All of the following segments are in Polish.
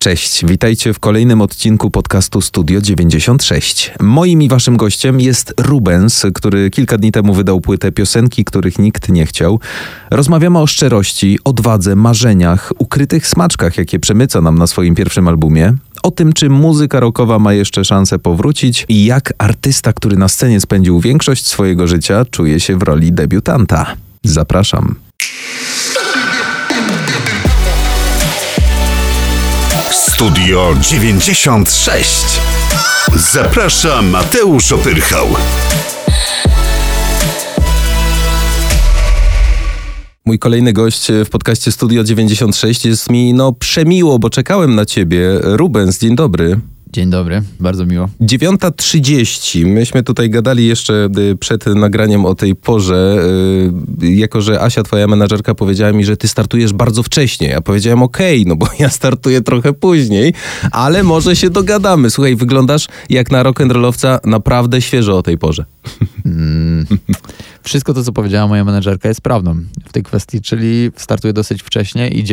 Cześć, witajcie w kolejnym odcinku podcastu Studio 96. Moim i waszym gościem jest Rubens, który kilka dni temu wydał płytę piosenki, których nikt nie chciał. Rozmawiamy o szczerości, odwadze, marzeniach, ukrytych smaczkach, jakie przemyca nam na swoim pierwszym albumie. O tym, czy muzyka rockowa ma jeszcze szansę powrócić i jak artysta, który na scenie spędził większość swojego życia, czuje się w roli debiutanta. Zapraszam. Studio 96. Zaprasza Mateusz Opyrchał. Mój kolejny gość w podcaście Studio 96 jest mi przemiło, bo czekałem na ciebie. Rubens, dzień dobry. Dzień dobry, bardzo miło. 9:30. Myśmy tutaj gadali jeszcze przed nagraniem o tej porze. Jako że Asia, twoja menadżerka, powiedziała mi, że ty startujesz bardzo wcześnie. Ja powiedziałem okej, bo ja startuję trochę później, ale może się dogadamy. Słuchaj, wyglądasz jak na rock'n'rollowca naprawdę świeżo o tej porze. Wszystko to, co powiedziała moja menadżerka, jest prawdą w tej kwestii, czyli startuję dosyć wcześnie i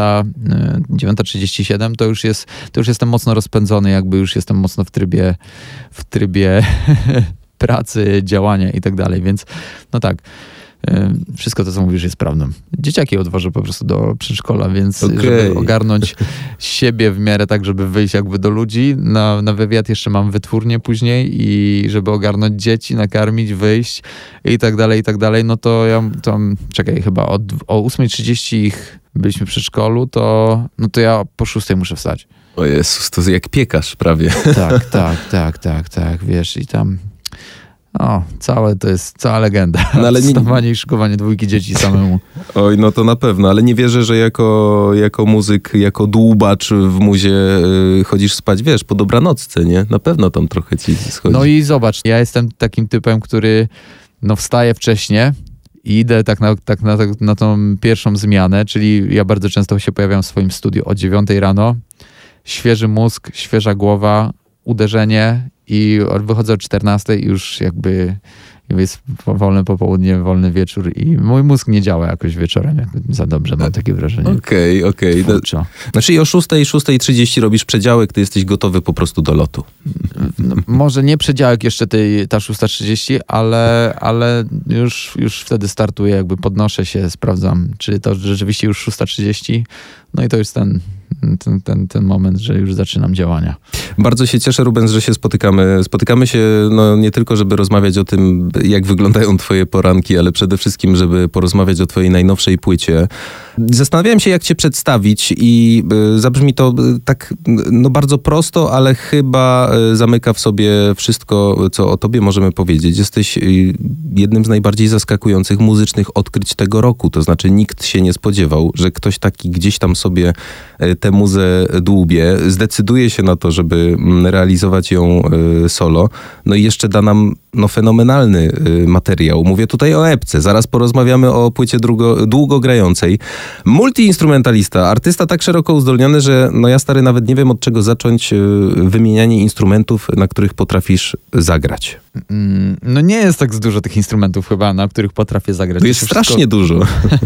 9:37 to już jestem mocno rozpędzony, jakby już jestem mocno w trybie pracy, działania i tak dalej, więc no tak. Wszystko to, co mówisz, jest prawdą. Dzieciaki odwożę po prostu do przedszkola, więc żeby ogarnąć siebie w miarę tak, żeby wyjść jakby do ludzi. Na wywiad jeszcze mam wytwórnię później i żeby ogarnąć dzieci, nakarmić, wyjść i tak dalej, no to ja tam, czekaj, chyba o 8:30 ich byliśmy w przedszkolu, to ja po 6:00 muszę wstać. O Jezus, to jak piekarz prawie. Tak, wiesz, i tam... to jest cała legenda. Ale wstawanie i szykowanie 2 dzieci samemu. Oj, to na pewno, ale nie wierzę, że jako muzyk, jako dłubacz w muzie chodzisz spać, wiesz, po dobranocce, nie? Na pewno tam trochę ci schodzi. No i zobacz, ja jestem takim typem, który wstaje wcześnie i idę na tą pierwszą zmianę, czyli ja bardzo często się pojawiam w swoim studiu o 9:00 rano. Świeży mózg, świeża głowa, uderzenie i wychodzę o 14:00 i już jakby jest wolne popołudnie, wolny wieczór i mój mózg nie działa jakoś wieczorem za dobrze, mam takie wrażenie. Okej. Znaczy i o 6:30 robisz przedziałek, ty jesteś gotowy po prostu do lotu. Może nie przedziałek jeszcze ta 6:30, ale już wtedy startuję, jakby podnoszę się, sprawdzam, czy to rzeczywiście już 6:30, no i to jest ten moment, że już zaczynam działania. Bardzo się cieszę, Rubens, że się spotykamy. Spotykamy się nie tylko, żeby rozmawiać o tym, jak wyglądają twoje poranki, ale przede wszystkim, żeby porozmawiać o twojej najnowszej płycie. Zastanawiałem się, jak cię przedstawić i zabrzmi to tak bardzo prosto, ale chyba zamyka w sobie wszystko, co o tobie możemy powiedzieć. Jesteś jednym z najbardziej zaskakujących muzycznych odkryć tego roku. To znaczy nikt się nie spodziewał, że ktoś taki gdzieś tam sobie tę muzę dłubie, zdecyduje się na to, żeby realizować ją solo. No i jeszcze da nam fenomenalny materiał. Mówię tutaj o epce. Zaraz porozmawiamy o płycie długo grającej. Multiinstrumentalista, artysta tak szeroko uzdolniony, że ja stary nawet nie wiem, od czego zacząć wymienianie instrumentów, na których potrafisz zagrać. Nie jest tak dużo tych instrumentów chyba, na których potrafię zagrać. To jest strasznie dużo.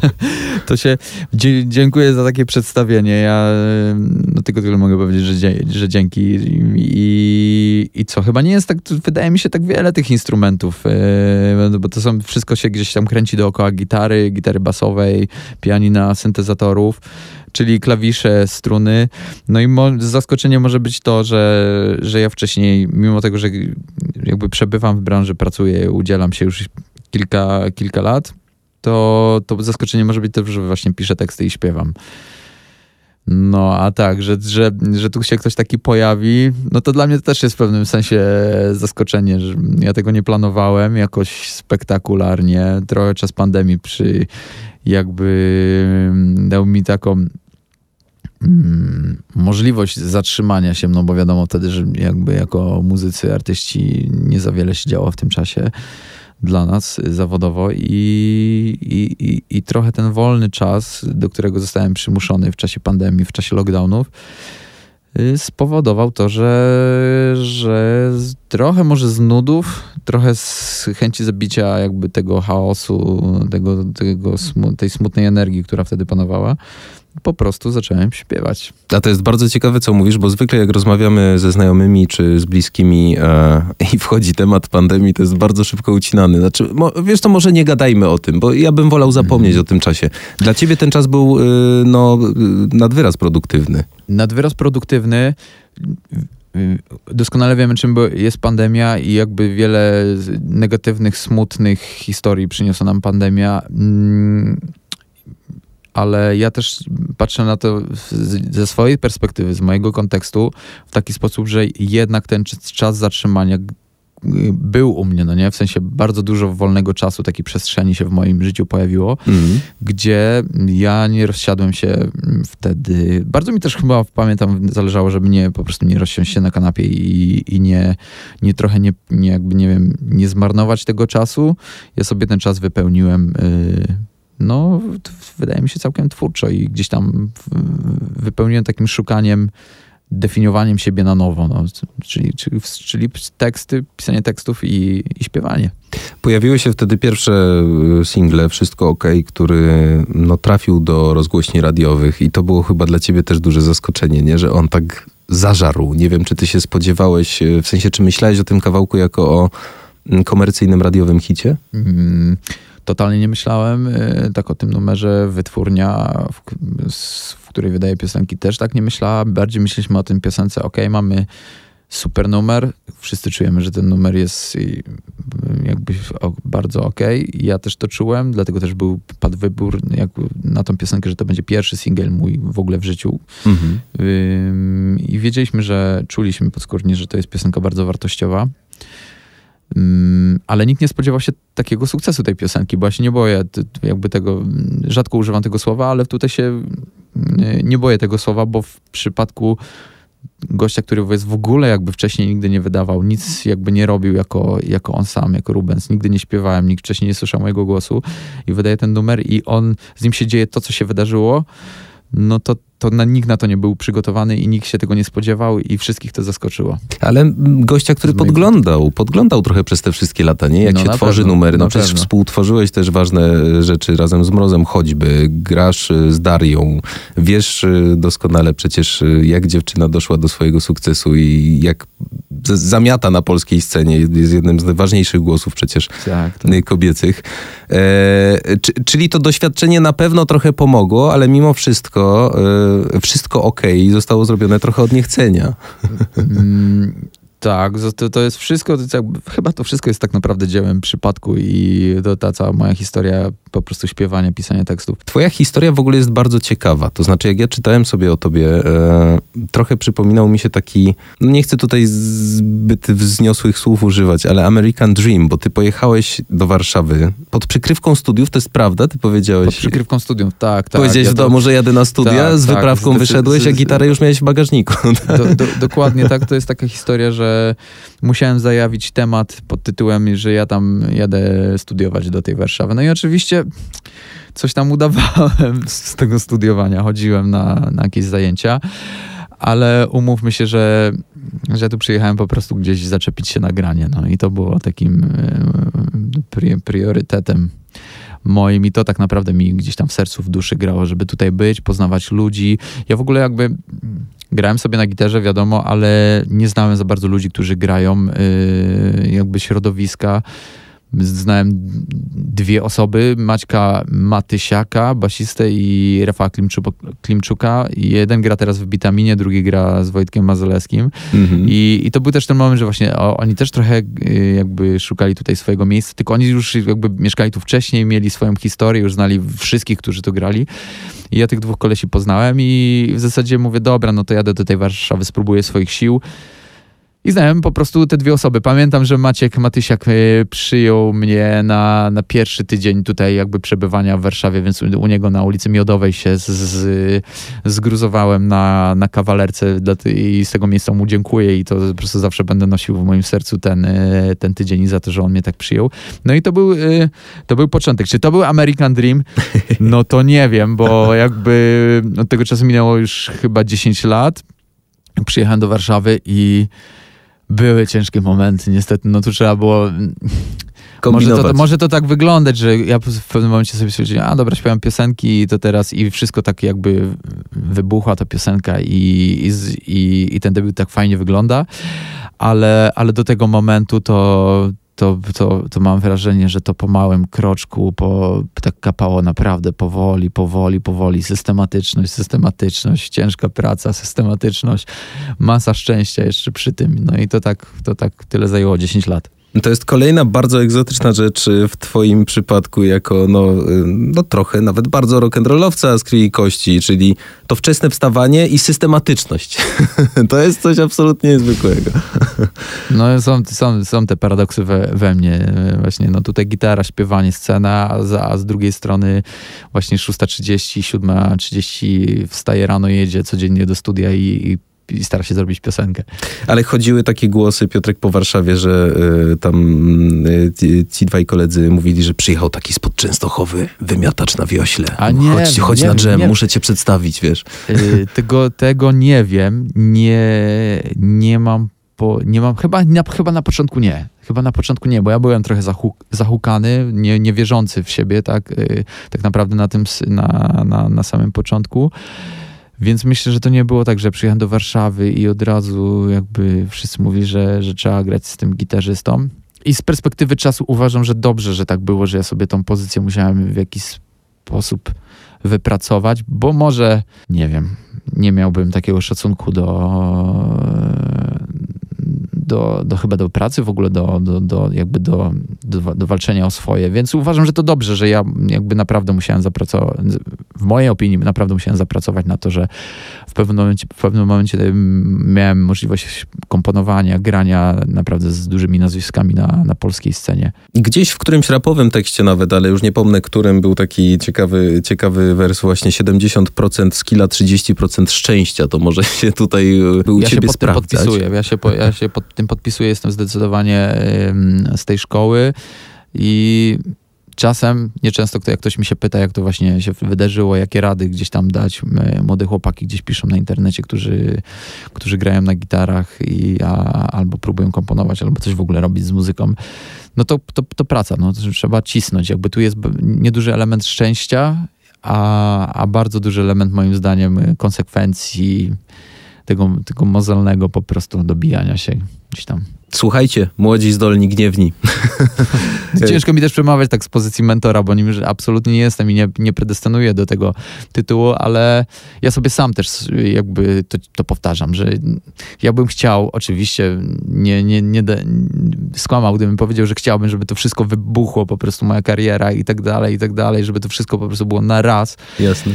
Dziękuję za takie przedstawienie. Ja tylko tyle mogę powiedzieć, że dzięki. I co? Chyba nie jest tak, wydaje mi się, tak wiele tych instrumentów, bo to wszystko się gdzieś tam kręci dookoła gitary basowej, pianina, syntezatorów, czyli klawisze, struny. No i zaskoczenie może być to, że ja wcześniej, mimo tego, że jakby przebywam w branży, pracuję, udzielam się już kilka lat, to zaskoczenie może być to, że właśnie piszę teksty i śpiewam. A tak, że tu się ktoś taki pojawi, to dla mnie to też jest w pewnym sensie zaskoczenie, że ja tego nie planowałem jakoś spektakularnie. Trochę czas pandemii dał mi taką możliwość zatrzymania się, bo wiadomo wtedy, że jakby jako muzycy, artyści nie za wiele się działo w tym czasie dla nas zawodowo i trochę ten wolny czas, do którego zostałem przymuszony w czasie pandemii, w czasie lockdownów, spowodował to, że trochę może z nudów, trochę z chęci zabicia jakby tego chaosu, tej smutnej energii, która wtedy panowała, po prostu zacząłem śpiewać. A to jest bardzo ciekawe, co mówisz, bo zwykle jak rozmawiamy ze znajomymi czy z bliskimi i wchodzi temat pandemii, to jest bardzo szybko ucinany. Znaczy, wiesz, to może nie gadajmy o tym, bo ja bym wolał zapomnieć o tym czasie. Dla ciebie ten czas był nad wyraz produktywny. Nad wyraz produktywny. Doskonale wiemy, czym jest pandemia i jakby wiele negatywnych, smutnych historii przyniosła nam pandemia. Ale ja też patrzę na to ze swojej perspektywy, z mojego kontekstu w taki sposób, że jednak ten czas zatrzymania był u mnie, no nie? W sensie bardzo dużo wolnego czasu, takiej przestrzeni się w moim życiu pojawiło, gdzie ja nie rozsiadłem się wtedy. Bardzo mi też chyba, pamiętam, zależało, żeby po prostu nie rozsiąść się na kanapie i nie zmarnować tego czasu. Ja sobie ten czas wypełniłem wydaje mi się całkiem twórczo i gdzieś tam wypełniłem takim szukaniem, definiowaniem siebie na nowo, czyli teksty, pisanie tekstów i śpiewanie. Pojawiły się wtedy pierwsze single, Wszystko okej, który trafił do rozgłośni radiowych i to było chyba dla ciebie też duże zaskoczenie, nie? Że on tak zażarł. Nie wiem, czy ty się spodziewałeś, w sensie, czy myślałeś o tym kawałku jako o komercyjnym radiowym hicie? Totalnie nie myślałem. Tak o tym numerze Wytwórnia, w której wydaje piosenki, też tak nie myślałem. Bardziej myśleliśmy o tym piosence, mamy super numer. Wszyscy czujemy, że ten numer jest jakby bardzo okej. Ja też to czułem, dlatego też padł wybór na tą piosenkę, że to będzie pierwszy singiel mój w ogóle w życiu. I wiedzieliśmy, czuliśmy podskórnie, że to jest piosenka bardzo wartościowa. Ale nikt nie spodziewał się takiego sukcesu tej piosenki, bo ja się nie boję jakby tego, rzadko używam tego słowa, ale tutaj się nie boję tego słowa, bo w przypadku gościa, który jest w ogóle jakby wcześniej nigdy nie wydawał, nic jakby nie robił jako on sam, jako Rubens, nigdy nie śpiewałem, nikt wcześniej nie słyszał mojego głosu i wydaje ten numer i z nim się dzieje to, co się wydarzyło, nikt na to nie był przygotowany i nikt się tego nie spodziewał i wszystkich to zaskoczyło. Ale gościa, który podglądał trochę przez te wszystkie lata, nie? Jak się tworzy numery. Przecież współtworzyłeś też ważne rzeczy razem z Mrozem, choćby grasz z Darią. Wiesz doskonale przecież, jak dziewczyna doszła do swojego sukcesu i jak zamiata na polskiej scenie. Jest jednym z najważniejszych głosów przecież kobiecych. Czyli to doświadczenie na pewno trochę pomogło, ale mimo wszystko okej, zostało zrobione trochę od niechcenia. Tak, to jest wszystko, chyba to wszystko jest tak naprawdę dziełem przypadku i ta cała moja historia po prostu śpiewania, pisania tekstów. Twoja historia w ogóle jest bardzo ciekawa. To znaczy, jak ja czytałem sobie o tobie, trochę przypominał mi się taki, nie chcę tutaj zbyt wzniosłych słów używać, ale American Dream, bo ty pojechałeś do Warszawy pod przykrywką studiów, to jest prawda? Ty powiedziałeś... Pod przykrywką studiów, tak. Powiedziałeś w domu, że jadę na studia, z wyprawką wyszedłeś, a gitarę już miałeś w bagażniku. Dokładnie tak, to jest taka historia, że musiałem zajawić temat pod tytułem, że ja tam jadę studiować do tej Warszawy. No i oczywiście coś tam udawałem z tego studiowania. Chodziłem na jakieś zajęcia, ale umówmy się, że tu przyjechałem po prostu gdzieś zaczepić się na granie. No i to było takim priorytetem moim i to tak naprawdę mi gdzieś tam w sercu, w duszy grało, żeby tutaj być, poznawać ludzi. Ja w ogóle jakby grałem sobie na gitarze, wiadomo, ale nie znałem za bardzo ludzi, którzy grają, jakby środowiska. Znałem dwie osoby, Maćka Matysiaka, basistę i Rafała Klimczuka. Jeden gra teraz w Bitaminie, drugi gra z Wojtkiem Mazolewskim. I to był też ten moment, że właśnie oni też trochę jakby szukali tutaj swojego miejsca, tylko oni już jakby mieszkali tu wcześniej, mieli swoją historię, już znali wszystkich, którzy tu grali. I ja tych dwóch kolesi poznałem i w zasadzie mówię, dobra, no to jadę do tej Warszawy, spróbuję swoich sił. I znałem po prostu te dwie osoby. Pamiętam, że Maciek Matysiak przyjął mnie na pierwszy tydzień tutaj jakby przebywania w Warszawie, więc u niego na ulicy Miodowej się zgruzowałem na kawalerce i z tego miejsca mu dziękuję i to po prostu zawsze będę nosił w moim sercu ten tydzień za to, że on mnie tak przyjął. No i to był początek. Czy to był American Dream? No to nie wiem, bo jakby od tego czasu minęło już chyba 10 lat. Przyjechałem do Warszawy i były ciężkie momenty, niestety, no tu trzeba było kombinować. Może to tak wyglądać, że ja w pewnym momencie sobie stwierdziłem, dobra, śpiewam piosenki to teraz i wszystko tak jakby wybuchła ta piosenka i ten debiut tak fajnie wygląda, ale do tego momentu to mam wrażenie, że to po małym kroczku, tak kapało naprawdę powoli, systematyczność, ciężka praca, systematyczność, masa szczęścia jeszcze przy tym. No i to tak tyle zajęło 10 lat. To jest kolejna bardzo egzotyczna rzecz w twoim przypadku jako no trochę nawet bardzo rock'n'rollowca z krwi i kości, czyli to wczesne wstawanie i systematyczność. To jest coś absolutnie niezwykłego. No są te paradoksy we mnie. Właśnie no tutaj gitara, śpiewanie, scena, a z drugiej strony właśnie 6:30, 7:30 wstaje rano, jedzie codziennie do studia i stara się zrobić piosenkę. Ale chodziły takie głosy, Piotrek, po Warszawie, że ci dwaj koledzy mówili, że przyjechał taki spod Częstochowy wymiatacz na wiośle. Chodź na dżem, muszę cię przedstawić, wiesz. Tego nie wiem. Nie mam chyba na początku nie. Chyba na początku nie, bo ja byłem trochę zahukany, niewierzący w siebie, tak naprawdę na samym początku. Więc myślę, że to nie było tak, że przyjechałem do Warszawy i od razu jakby wszyscy mówili, że trzeba grać z tym gitarzystą. I z perspektywy czasu uważam, że dobrze, że tak było, że ja sobie tą pozycję musiałem w jakiś sposób wypracować, bo może, nie wiem, nie miałbym takiego szacunku chyba do pracy, w ogóle do walczenia o swoje, więc uważam, że to dobrze, że ja jakby naprawdę musiałem zapracować, w mojej opinii naprawdę musiałem zapracować na to, że w pewnym momencie miałem możliwość komponowania, grania naprawdę z dużymi nazwiskami na polskiej scenie. Gdzieś w którymś rapowym tekście nawet, ale już nie pomnę którym, był taki ciekawy wers właśnie 70% skilla, 30% szczęścia, to może się tutaj u ciebie sprawdzać. Ja się pod tym podpisuję, jestem zdecydowanie z tej szkoły i czasem, nieczęsto jak ktoś mi się pyta, jak to właśnie się wydarzyło, jakie rady gdzieś tam dać, młode chłopaki gdzieś piszą na internecie, którzy grają na gitarach albo próbują komponować, albo coś w ogóle robić z muzyką, no to praca, no to trzeba cisnąć, jakby tu jest nieduży element szczęścia, a bardzo duży element moim zdaniem konsekwencji, tego mozolnego po prostu dobijania się gdzieś tam. Słuchajcie, młodzi, zdolni, gniewni. Ciężko mi też przemawiać tak z pozycji mentora, bo nim absolutnie nie jestem i nie predestynuję do tego tytułu, ale ja sobie sam też jakby to powtarzam, że ja bym chciał, oczywiście nie skłamał, gdybym powiedział, że chciałbym, żeby to wszystko wybuchło, po prostu moja kariera i tak dalej, żeby to wszystko po prostu było na raz. Jasne.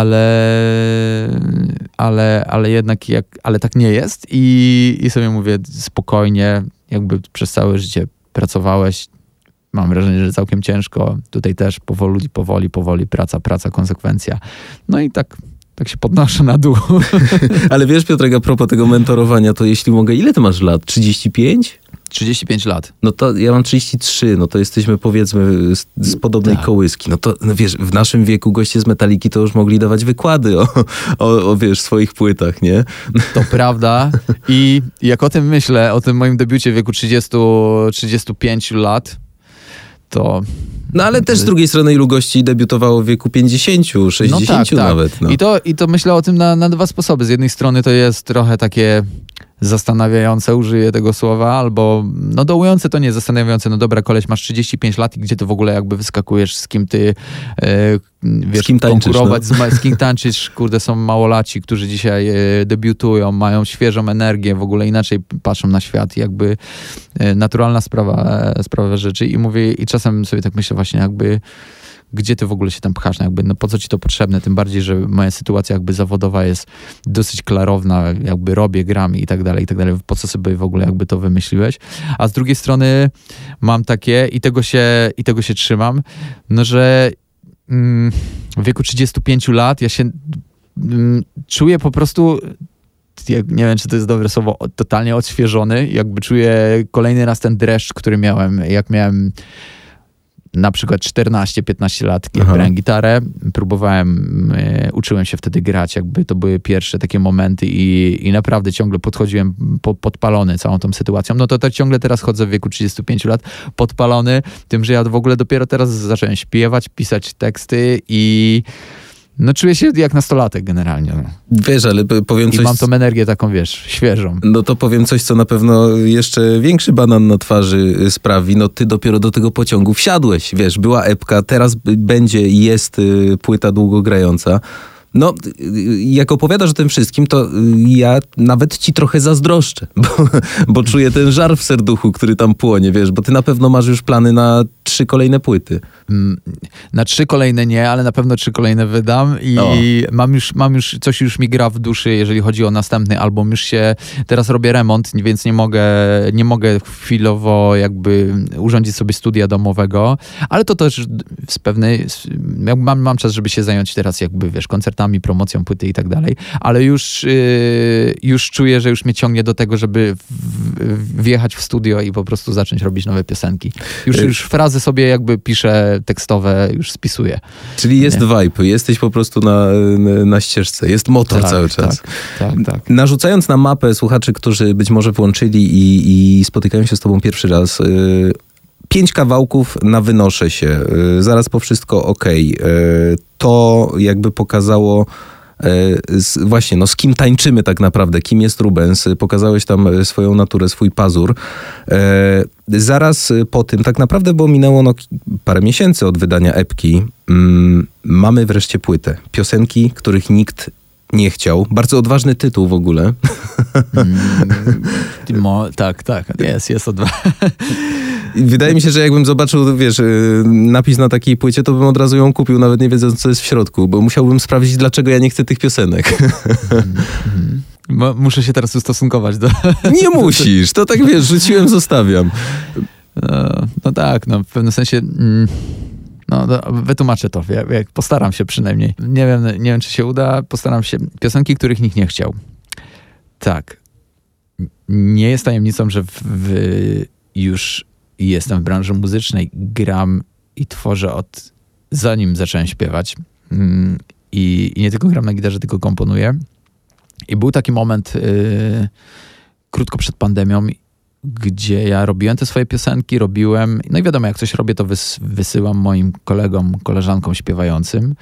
Ale jednak ale tak nie jest i sobie mówię spokojnie, jakby przez całe życie pracowałeś, mam wrażenie, że całkiem ciężko, tutaj też powoli, praca, konsekwencja. No i tak się podnoszę na dół. Ale wiesz, Piotrek, a propos tego mentorowania, to jeśli mogę, ile ty masz lat? 35? 35 lat. No to ja mam 33, no to jesteśmy powiedzmy z podobnej kołyski. No to no wiesz, w naszym wieku goście z Metaliki to już mogli dawać wykłady o wiesz, swoich płytach, nie? To prawda. I jak o tym myślę, o tym moim debiucie w wieku 35 lat, to... No ale też z drugiej strony ilu gości debiutowało w wieku 50, 60 no tak. nawet. No. I to myślę o tym na dwa sposoby. Z jednej strony to jest trochę takie zastanawiające, użyję tego słowa, albo no dołujące to nie, zastanawiające, no dobra, koleś, masz 35 lat i gdzie ty w ogóle jakby wyskakujesz, z kim ty wiesz, z kim tańczysz, konkurować, z kim tańczysz, kurde, są małolaci, którzy dzisiaj debiutują, mają świeżą energię, w ogóle inaczej patrzą na świat, jakby naturalna sprawa rzeczy i mówię, i czasem sobie tak myślę właśnie jakby gdzie ty w ogóle się tam pchasz, jakby, no po co ci to potrzebne, tym bardziej, że moja sytuacja jakby zawodowa jest dosyć klarowna, jakby robię, gram i tak dalej, po co sobie w ogóle jakby to wymyśliłeś, a z drugiej strony mam takie i tego się trzymam, no że w wieku 35 lat ja się czuję po prostu, nie wiem, czy to jest dobre słowo, totalnie odświeżony, jakby czuję kolejny raz ten dreszcz, który miałem, jak miałem na przykład 14-15 lat, kiedy brałem gitarę, uczyłem się wtedy grać, jakby to były pierwsze takie momenty i naprawdę ciągle podchodziłem podpalony całą tą sytuacją. No to ciągle teraz chodzę w wieku 35 lat podpalony tym, że ja w ogóle dopiero teraz zacząłem śpiewać, pisać teksty i no czuję się jak nastolatek generalnie. Wiesz, ale powiem coś... I mam tą energię taką, wiesz, świeżą. No to powiem coś, co na pewno jeszcze większy banan na twarzy sprawi. No ty dopiero do tego pociągu wsiadłeś. Wiesz, była epka, teraz będzie i jest płyta długogrająca. No, jak opowiadasz o tym wszystkim, to ja nawet ci trochę zazdroszczę, bo czuję ten żar w serduchu, który tam płonie, wiesz, bo ty na pewno masz już plany na 3 kolejne płyty. Na 3 kolejne nie, ale na pewno 3 kolejne wydam i mam już, coś już mi gra w duszy, jeżeli chodzi o następny album. Już się, teraz robię remont, więc nie mogę chwilowo jakby urządzić sobie studia domowego, ale to też z pewnej, mam czas, żeby się zająć teraz jakby, wiesz, koncertami, promocją płyty i tak dalej, ale już czuję, że już mnie ciągnie do tego, żeby wjechać w studio i po prostu zacząć robić nowe piosenki. Już frazy sobie jakby piszę tekstowe, już spisuję. Czyli jest vibe, jesteś po prostu na ścieżce, jest motor cały czas. Tak. Narzucając na mapę słuchaczy, którzy być może włączyli i spotykają się z tobą pierwszy raz, 5 kawałków na wynoszę się, zaraz po wszystko okej. To jakby pokazało właśnie, no z kim tańczymy tak naprawdę, kim jest Rubens. Pokazałeś tam swoją naturę, swój pazur. Zaraz po tym, tak naprawdę, bo minęło parę miesięcy od wydania epki, mamy wreszcie płytę. Piosenki, których nikt nie chciał. Bardzo odważny tytuł w ogóle. Tak, jest odważny. Wydaje mi się, że jakbym zobaczył, wiesz, napis na takiej płycie, to bym od razu ją kupił, nawet nie wiedząc, co jest w środku, bo musiałbym sprawdzić, dlaczego ja nie chcę tych piosenek. Muszę się teraz ustosunkować do... Nie musisz, to tak wiesz, rzuciłem, zostawiam. No tak, w pewnym sensie... wytłumaczę to, postaram się przynajmniej. Nie wiem, czy się uda, postaram się. Piosenki, których nikt nie chciał. Tak. Nie jest tajemnicą, że już jestem w branży muzycznej, gram i tworzę zanim zacząłem śpiewać. I nie tylko gram na gitarze, tylko komponuję. I był taki moment krótko przed pandemią, gdzie ja robiłem te swoje piosenki, no i wiadomo, jak coś robię, to wysyłam moim kolegom, koleżankom śpiewającym.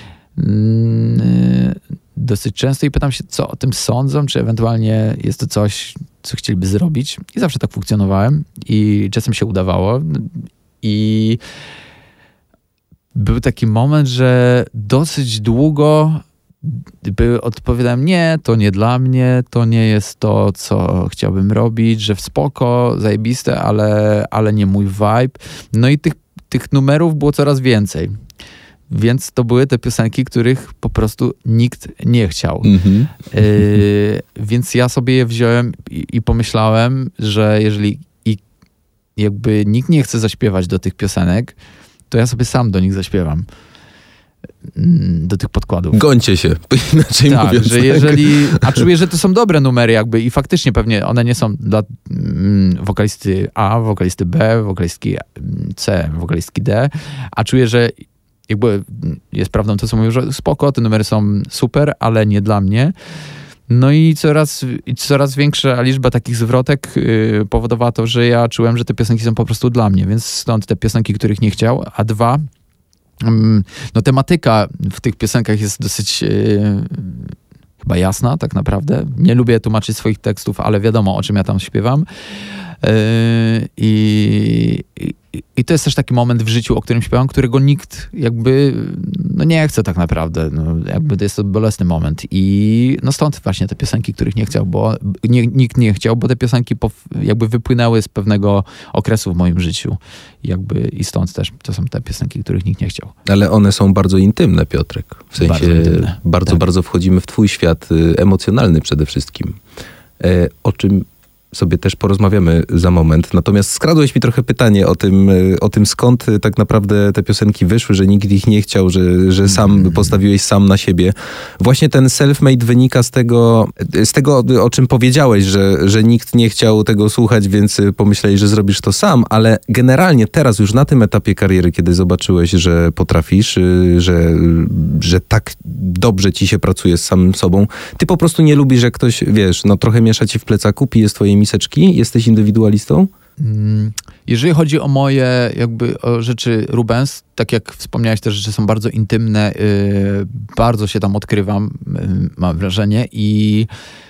Dosyć często i pytam się, co o tym sądzą, czy ewentualnie jest to coś, co chcieliby zrobić. I zawsze tak funkcjonowałem i czasem się udawało. I był taki moment, że dosyć długo odpowiadałem, nie, to nie dla mnie, to nie jest to, co chciałbym robić, że w spoko, zajebiste, ale nie mój vibe. No i tych numerów było coraz więcej. Więc to były te piosenki, których po prostu nikt nie chciał. Więc ja sobie je wziąłem i pomyślałem, że jeżeli jakby nikt nie chce zaśpiewać do tych piosenek, to ja sobie sam do nich zaśpiewam. Do tych podkładów. Gońcie się, inaczej mówiąc. Że jeżeli... A czuję, że to są dobre numery jakby i faktycznie pewnie one nie są dla wokalisty A, wokalisty B, wokalistki C, wokalistki D, a czuję, że jakby jest prawdą to, co mówią, że spoko, te numery są super, ale nie dla mnie. No i coraz większa liczba takich zwrotek powodowała to, że ja czułem, że te piosenki są po prostu dla mnie, więc stąd te piosenki, których nie chciał, a 2, no tematyka w tych piosenkach jest dosyć chyba jasna tak naprawdę. Nie lubię tłumaczyć swoich tekstów, ale wiadomo, o czym ja tam śpiewam. I to jest też taki moment w życiu, o którym śpiewam, którego nikt jakby nie chce tak naprawdę. Jakby to jest to bolesny moment. I stąd właśnie te piosenki, których nie chciał, bo nikt nie chciał, bo te piosenki jakby wypłynęły z pewnego okresu w moim życiu. I stąd też to są te piosenki, których nikt nie chciał. Ale one są bardzo intymne, Piotrek. W sensie bardzo intymne. Bardzo wchodzimy w twój świat emocjonalny przede wszystkim. O czym sobie też porozmawiamy za moment. Natomiast skradłeś mi trochę pytanie o tym skąd tak naprawdę te piosenki wyszły, że nikt ich nie chciał, że sam postawiłeś sam na siebie. Właśnie ten self-made wynika z tego, o czym powiedziałeś, że nikt nie chciał tego słuchać, więc pomyśleli, że zrobisz to sam, ale generalnie teraz już na tym etapie kariery, kiedy zobaczyłeś, że potrafisz, że tak dobrze ci się pracuje z samym sobą, ty po prostu nie lubisz, jak ktoś, wiesz, no trochę miesza ci w plecaku, pije z twojej miseczki? Jesteś indywidualistą? Jeżeli chodzi o moje o rzeczy Rubens, tak jak wspomniałeś, te rzeczy są bardzo intymne, bardzo się tam odkrywam, mam wrażenie i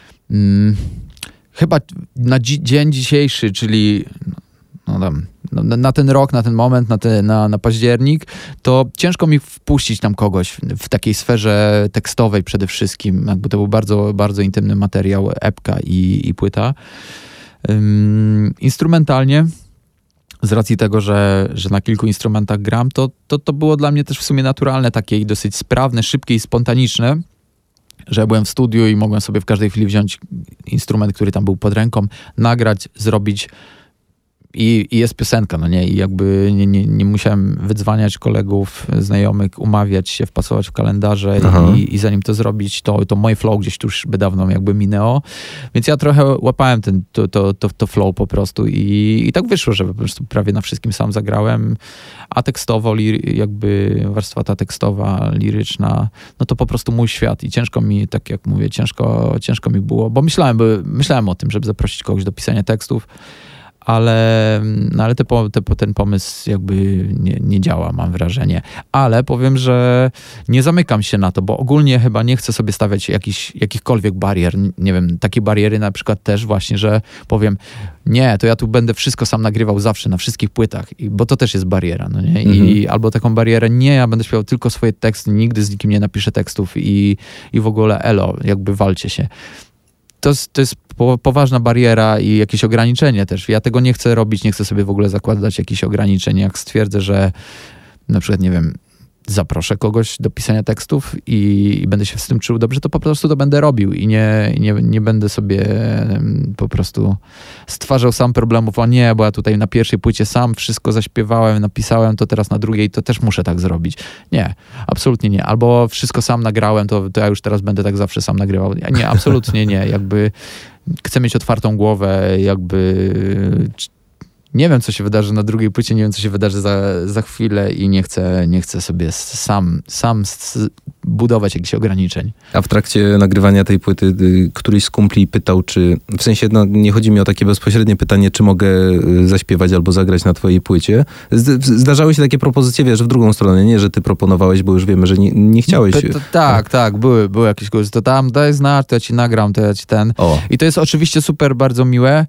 chyba na dzień dzisiejszy, czyli na ten rok, na ten moment, na październik, to ciężko mi wpuścić tam kogoś w takiej sferze tekstowej przede wszystkim. Jakby to był bardzo, bardzo intymny materiał, epka i płyta. Instrumentalnie, z racji tego, że na kilku instrumentach gram, to było dla mnie też w sumie naturalne, takie i dosyć sprawne, szybkie i spontaniczne, że byłem w studiu i mogłem sobie w każdej chwili wziąć instrument, który tam był pod ręką, nagrać, zrobić i jest piosenka, no nie? I jakby nie musiałem wydzwaniać kolegów, znajomych, umawiać się, wpasować w kalendarze i zanim to zrobić, to moje flow gdzieś tuż by dawno jakby minęło. Więc ja trochę łapałem to flow po prostu i tak wyszło, że po prostu prawie na wszystkim sam zagrałem, a tekstowo, jakby warstwa ta tekstowa, liryczna, no to po prostu mój świat i ciężko mi, tak jak mówię, ciężko mi było, bo myślałem o tym, żeby zaprosić kogoś do pisania tekstów, ale ten pomysł jakby nie działa, mam wrażenie. Ale powiem, że nie zamykam się na to, bo ogólnie chyba nie chcę sobie stawiać jakichkolwiek barier. Nie wiem, takie bariery na przykład też właśnie, że powiem, nie, to ja tu będę wszystko sam nagrywał zawsze, na wszystkich płytach, bo to też jest bariera, no nie? Albo taką barierę, nie, ja będę śpiewał tylko swoje teksty, nigdy z nikim nie napiszę tekstów i w ogóle elo, jakby walcie się. To jest poważna bariera i jakieś ograniczenie też. Ja tego nie chcę robić, nie chcę sobie w ogóle zakładać jakichś ograniczeń. Jak stwierdzę, że na przykład, nie wiem, zaproszę kogoś do pisania tekstów i będę się z tym czuł dobrze, to po prostu to będę robił i nie będę sobie po prostu stwarzał sam problemów, o nie, bo ja tutaj na pierwszej płycie sam wszystko zaśpiewałem, napisałem, to teraz na drugiej to też muszę tak zrobić. Nie, absolutnie nie. Albo wszystko sam nagrałem, to ja już teraz będę tak zawsze sam nagrywał. Nie, absolutnie nie. Jakby chcę mieć otwartą głowę, jakby nie wiem, co się wydarzy na drugiej płycie, nie wiem, co się wydarzy za chwilę i nie chcę sobie sam budować jakichś ograniczeń. A w trakcie nagrywania tej płyty któryś z kumpli pytał, czy, w sensie, no, nie chodzi mi o takie bezpośrednie pytanie, czy mogę zaśpiewać albo zagrać na twojej płycie. Zdarzały się takie propozycje, wiesz, w drugą stronę, nie, że ty proponowałeś, bo już wiemy, że nie chciałeś. Tak, były jakieś góry, to tam daj znać, to ja ci nagram, to ja ci ten. O. I to jest oczywiście super, bardzo miłe,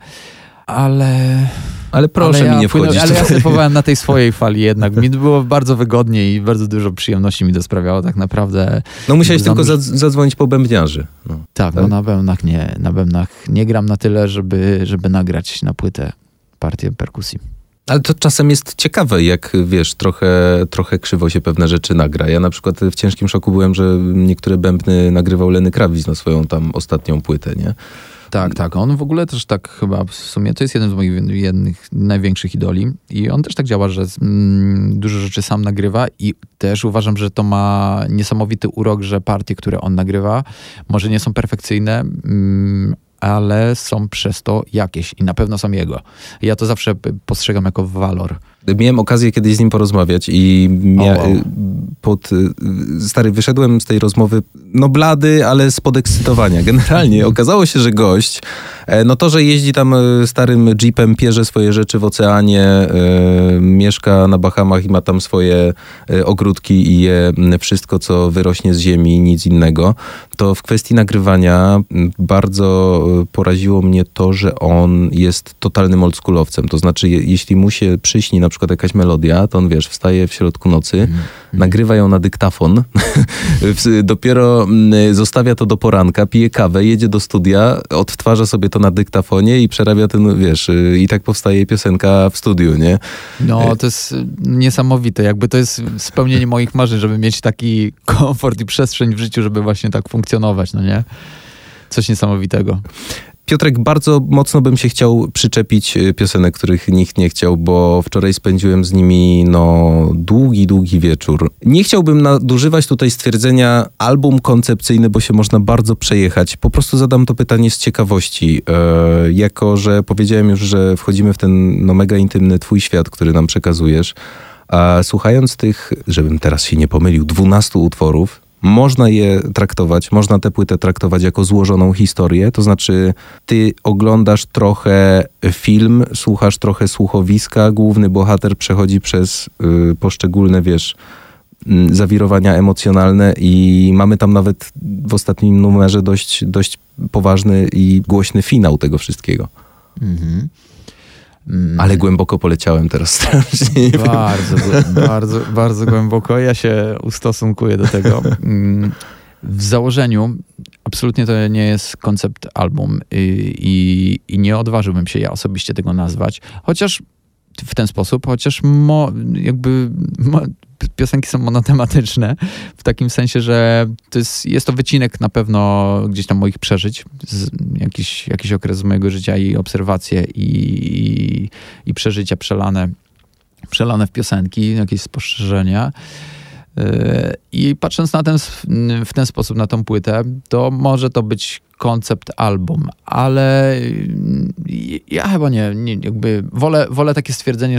ale proszę mi nie wchodzić. Ale ja surfowałem na tej swojej fali jednak. Mi było bardzo wygodnie i bardzo dużo przyjemności mi to sprawiało tak naprawdę. No musiałeś tylko zadzwonić po bębniarzy. No. Tak, no na bębnach nie gram na tyle, żeby nagrać na płytę partię perkusji. Ale to czasem jest ciekawe, jak wiesz, trochę krzywo się pewne rzeczy nagra. Ja na przykład w ciężkim szoku byłem, że niektóre bębny nagrywał Lenny Kravitz na swoją tam ostatnią płytę, nie? Tak. On w ogóle też tak chyba w sumie, to jest jeden z moich największych idoli i on też tak działa, że dużo rzeczy sam nagrywa i też uważam, że to ma niesamowity urok, że partie, które on nagrywa, może nie są perfekcyjne, ale są przez to jakieś i na pewno są jego. Ja to zawsze postrzegam jako walor. Miałem okazję kiedyś z nim porozmawiać i wyszedłem z tej rozmowy blady, ale z podekscytowania. Generalnie okazało się, że gość, no to, że jeździ tam starym jeepem, pierze swoje rzeczy w oceanie, mieszka na Bahamach i ma tam swoje ogródki i je wszystko, co wyrośnie z ziemi, nic innego, to w kwestii nagrywania bardzo poraziło mnie to, że on jest totalnym oldschoolowcem. To znaczy, jeśli mu się przyśni na przykład jakaś melodia, to on, wiesz, wstaje w środku nocy, nagrywa ją na dyktafon, dopiero zostawia to do poranka, pije kawę, jedzie do studia, odtwarza sobie to na dyktafonie i przerabia ten, wiesz, i tak powstaje piosenka w studiu, nie? No, to jest niesamowite. Jakby to jest spełnienie moich marzeń, żeby mieć taki komfort i przestrzeń w życiu, żeby właśnie tak funkcjonować, no nie? Coś niesamowitego. Piotrek, bardzo mocno bym się chciał przyczepić piosenek, których nikt nie chciał, bo wczoraj spędziłem z nimi długi wieczór. Nie chciałbym nadużywać tutaj stwierdzenia album koncepcyjny, bo się można bardzo przejechać. Po prostu zadam to pytanie z ciekawości. Jako że powiedziałem już, że wchodzimy w ten mega intymny twój świat, który nam przekazujesz, a słuchając tych, żebym teraz się nie pomylił, 12 utworów, można tę płytę traktować jako złożoną historię, to znaczy ty oglądasz trochę film, słuchasz trochę słuchowiska, główny bohater przechodzi przez poszczególne, zawirowania emocjonalne i mamy tam nawet w ostatnim numerze dość poważny i głośny finał tego wszystkiego. Mhm. Ale głęboko poleciałem teraz strasznie. Bardzo głęboko. Ja się ustosunkuję do tego. W założeniu absolutnie to nie jest koncept album i nie odważyłbym się ja osobiście tego nazwać. Chociaż w ten sposób, piosenki są monotematyczne, w takim sensie, że jest to wycinek na pewno gdzieś tam moich przeżyć, jakiś okres z mojego życia i obserwacje i przeżycia przelane w piosenki, jakieś spostrzeżenia. I patrząc w ten sposób na tą płytę, to może to być koncept album, ale ja chyba nie wolę takie stwierdzenie,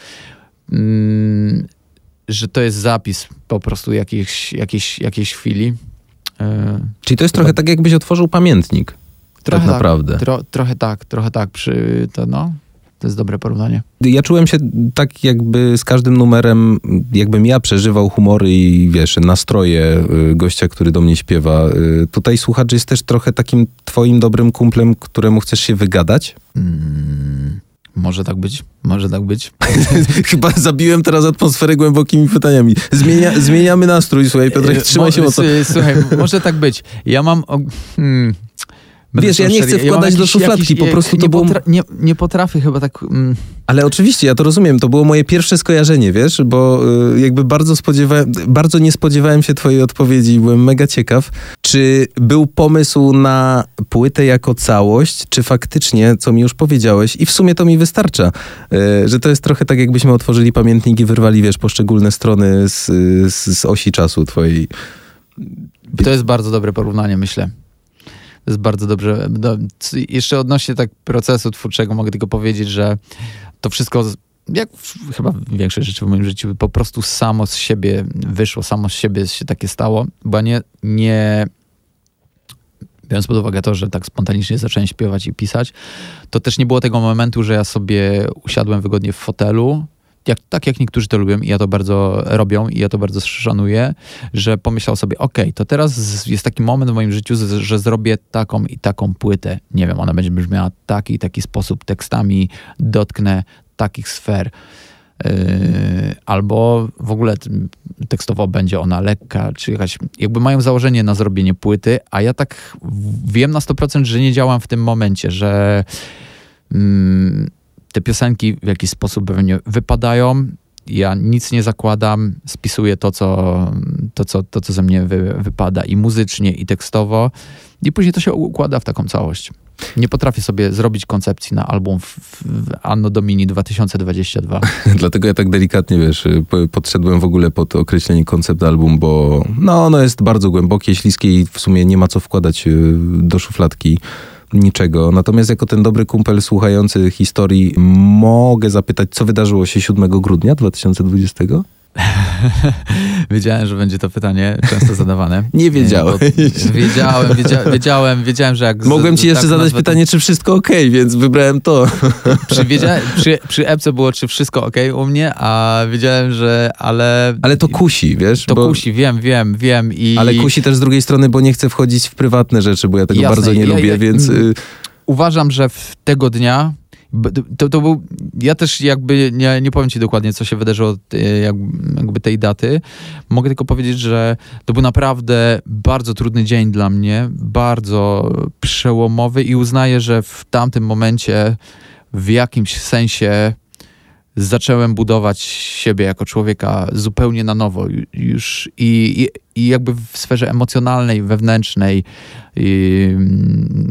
że to jest zapis po prostu jakiejś chwili. Czyli to jest trochę tak, jakbyś otworzył pamiętnik. Tak naprawdę. Trochę tak. To jest dobre porównanie. Ja czułem się tak, jakby z każdym numerem, jakbym ja przeżywał humory i nastroje gościa, który do mnie śpiewa. Tutaj słuchacz jest też trochę takim twoim dobrym kumplem, któremu chcesz się wygadać? Może tak być. Chyba zabiłem teraz atmosferę głębokimi pytaniami. Zmieniamy nastrój, słuchaj, Piotrek, trzymaj się mocno. Słuchaj, może tak być. Ja mam... ja nie chcę wkładać do szufladki, po prostu to było... Nie potrafię chyba tak... Ale oczywiście, ja to rozumiem, to było moje pierwsze skojarzenie, bo jakby bardzo nie spodziewałem się twojej odpowiedzi i byłem mega ciekaw. Czy był pomysł na płytę jako całość, czy faktycznie, co mi już powiedziałeś, i w sumie to mi wystarcza, że to jest trochę tak, jakbyśmy otworzyli pamiętnik i wyrwali, poszczególne strony z osi czasu twojej. To jest bardzo dobre porównanie, myślę. To jest bardzo dobrze. Jeszcze odnośnie procesu twórczego mogę tylko powiedzieć, że to wszystko, jak chyba większość rzeczy w moim życiu, po prostu samo z siebie wyszło, samo z siebie się takie stało, bo nie biorąc pod uwagę to, że tak spontanicznie zacząłem śpiewać i pisać, to też nie było tego momentu, że ja sobie usiadłem wygodnie w fotelu, tak jak niektórzy to lubią i ja to bardzo robią i ja to bardzo szanuję, że pomyślał sobie, to teraz jest taki moment w moim życiu, że zrobię taką i taką płytę. Nie wiem, ona będzie brzmiała taki i taki sposób, tekstami dotknę takich sfer. Albo w ogóle tekstowo będzie ona lekka, czy jakaś, mają założenie na zrobienie płyty, a ja tak wiem na 100%, że nie działam w tym momencie, że te piosenki w jakiś sposób we mnie wypadają, ja nic nie zakładam, spisuję to, co ze mnie wypada i muzycznie, i tekstowo, i później to się układa w taką całość. Nie potrafię sobie zrobić koncepcji na album w Anno Domini 2022. Dlatego ja tak delikatnie, podszedłem w ogóle pod określenie koncept album, bo ono jest bardzo głębokie, śliskie i w sumie nie ma co wkładać do szufladki niczego. Natomiast jako ten dobry kumpel słuchający historii mogę zapytać, co wydarzyło się 7 grudnia 2020? Wiedziałem, że będzie to pytanie często zadawane. Nie wiedziałem. Wiedziałem, że jak... Mogłem ci jeszcze zadać pytanie, czy wszystko okej, więc wybrałem to. Przy epce było, czy wszystko okej u mnie, a wiedziałem, że... Ale to kusi, kusi, wiem. Ale kusi też z drugiej strony, bo nie chcę wchodzić w prywatne rzeczy, bo ja tego bardzo nie lubię, więc... Uważam, że tego dnia to był, ja też nie powiem ci dokładnie, co się wydarzyło jakby tej daty. Mogę tylko powiedzieć, że to był naprawdę bardzo trudny dzień dla mnie, bardzo przełomowy i uznaję, że w tamtym momencie w jakimś sensie zacząłem budować siebie jako człowieka zupełnie na nowo już i jakby w sferze emocjonalnej, wewnętrznej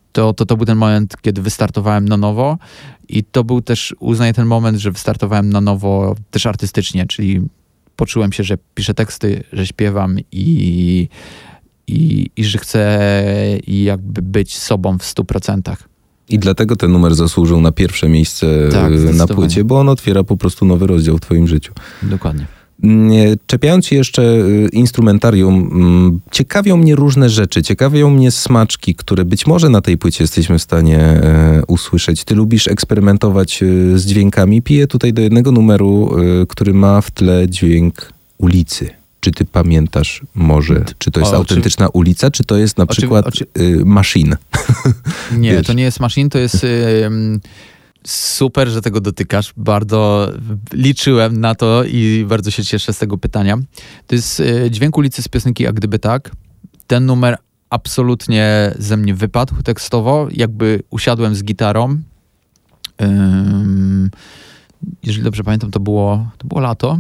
to był ten moment, kiedy wystartowałem na nowo i to był też, uznaję ten moment, że wystartowałem na nowo też artystycznie, czyli poczułem się, że piszę teksty, że śpiewam i że chcę jakby być sobą w 100%. I dlatego ten numer zasłużył na pierwsze miejsce na płycie, bo on otwiera po prostu nowy rozdział w twoim życiu. Dokładnie. Czepiając się jeszcze instrumentarium, ciekawią mnie różne rzeczy, ciekawią mnie smaczki, które być może na tej płycie jesteśmy w stanie usłyszeć. Ty lubisz eksperymentować z dźwiękami. Piję tutaj do jednego numeru, który ma w tle dźwięk ulicy. Czy ty pamiętasz może, czy to jest autentyczna ulica, czy to jest na przykład Machine? Nie, wiesz? To nie jest Machine, to jest... Super, że tego dotykasz. Bardzo liczyłem na to i bardzo się cieszę z tego pytania. To jest dźwięk ulicy z piosenki A Gdyby Tak. Ten numer absolutnie ze mnie wypadł tekstowo. Jakby usiadłem z gitarą. Jeżeli dobrze pamiętam, to było lato.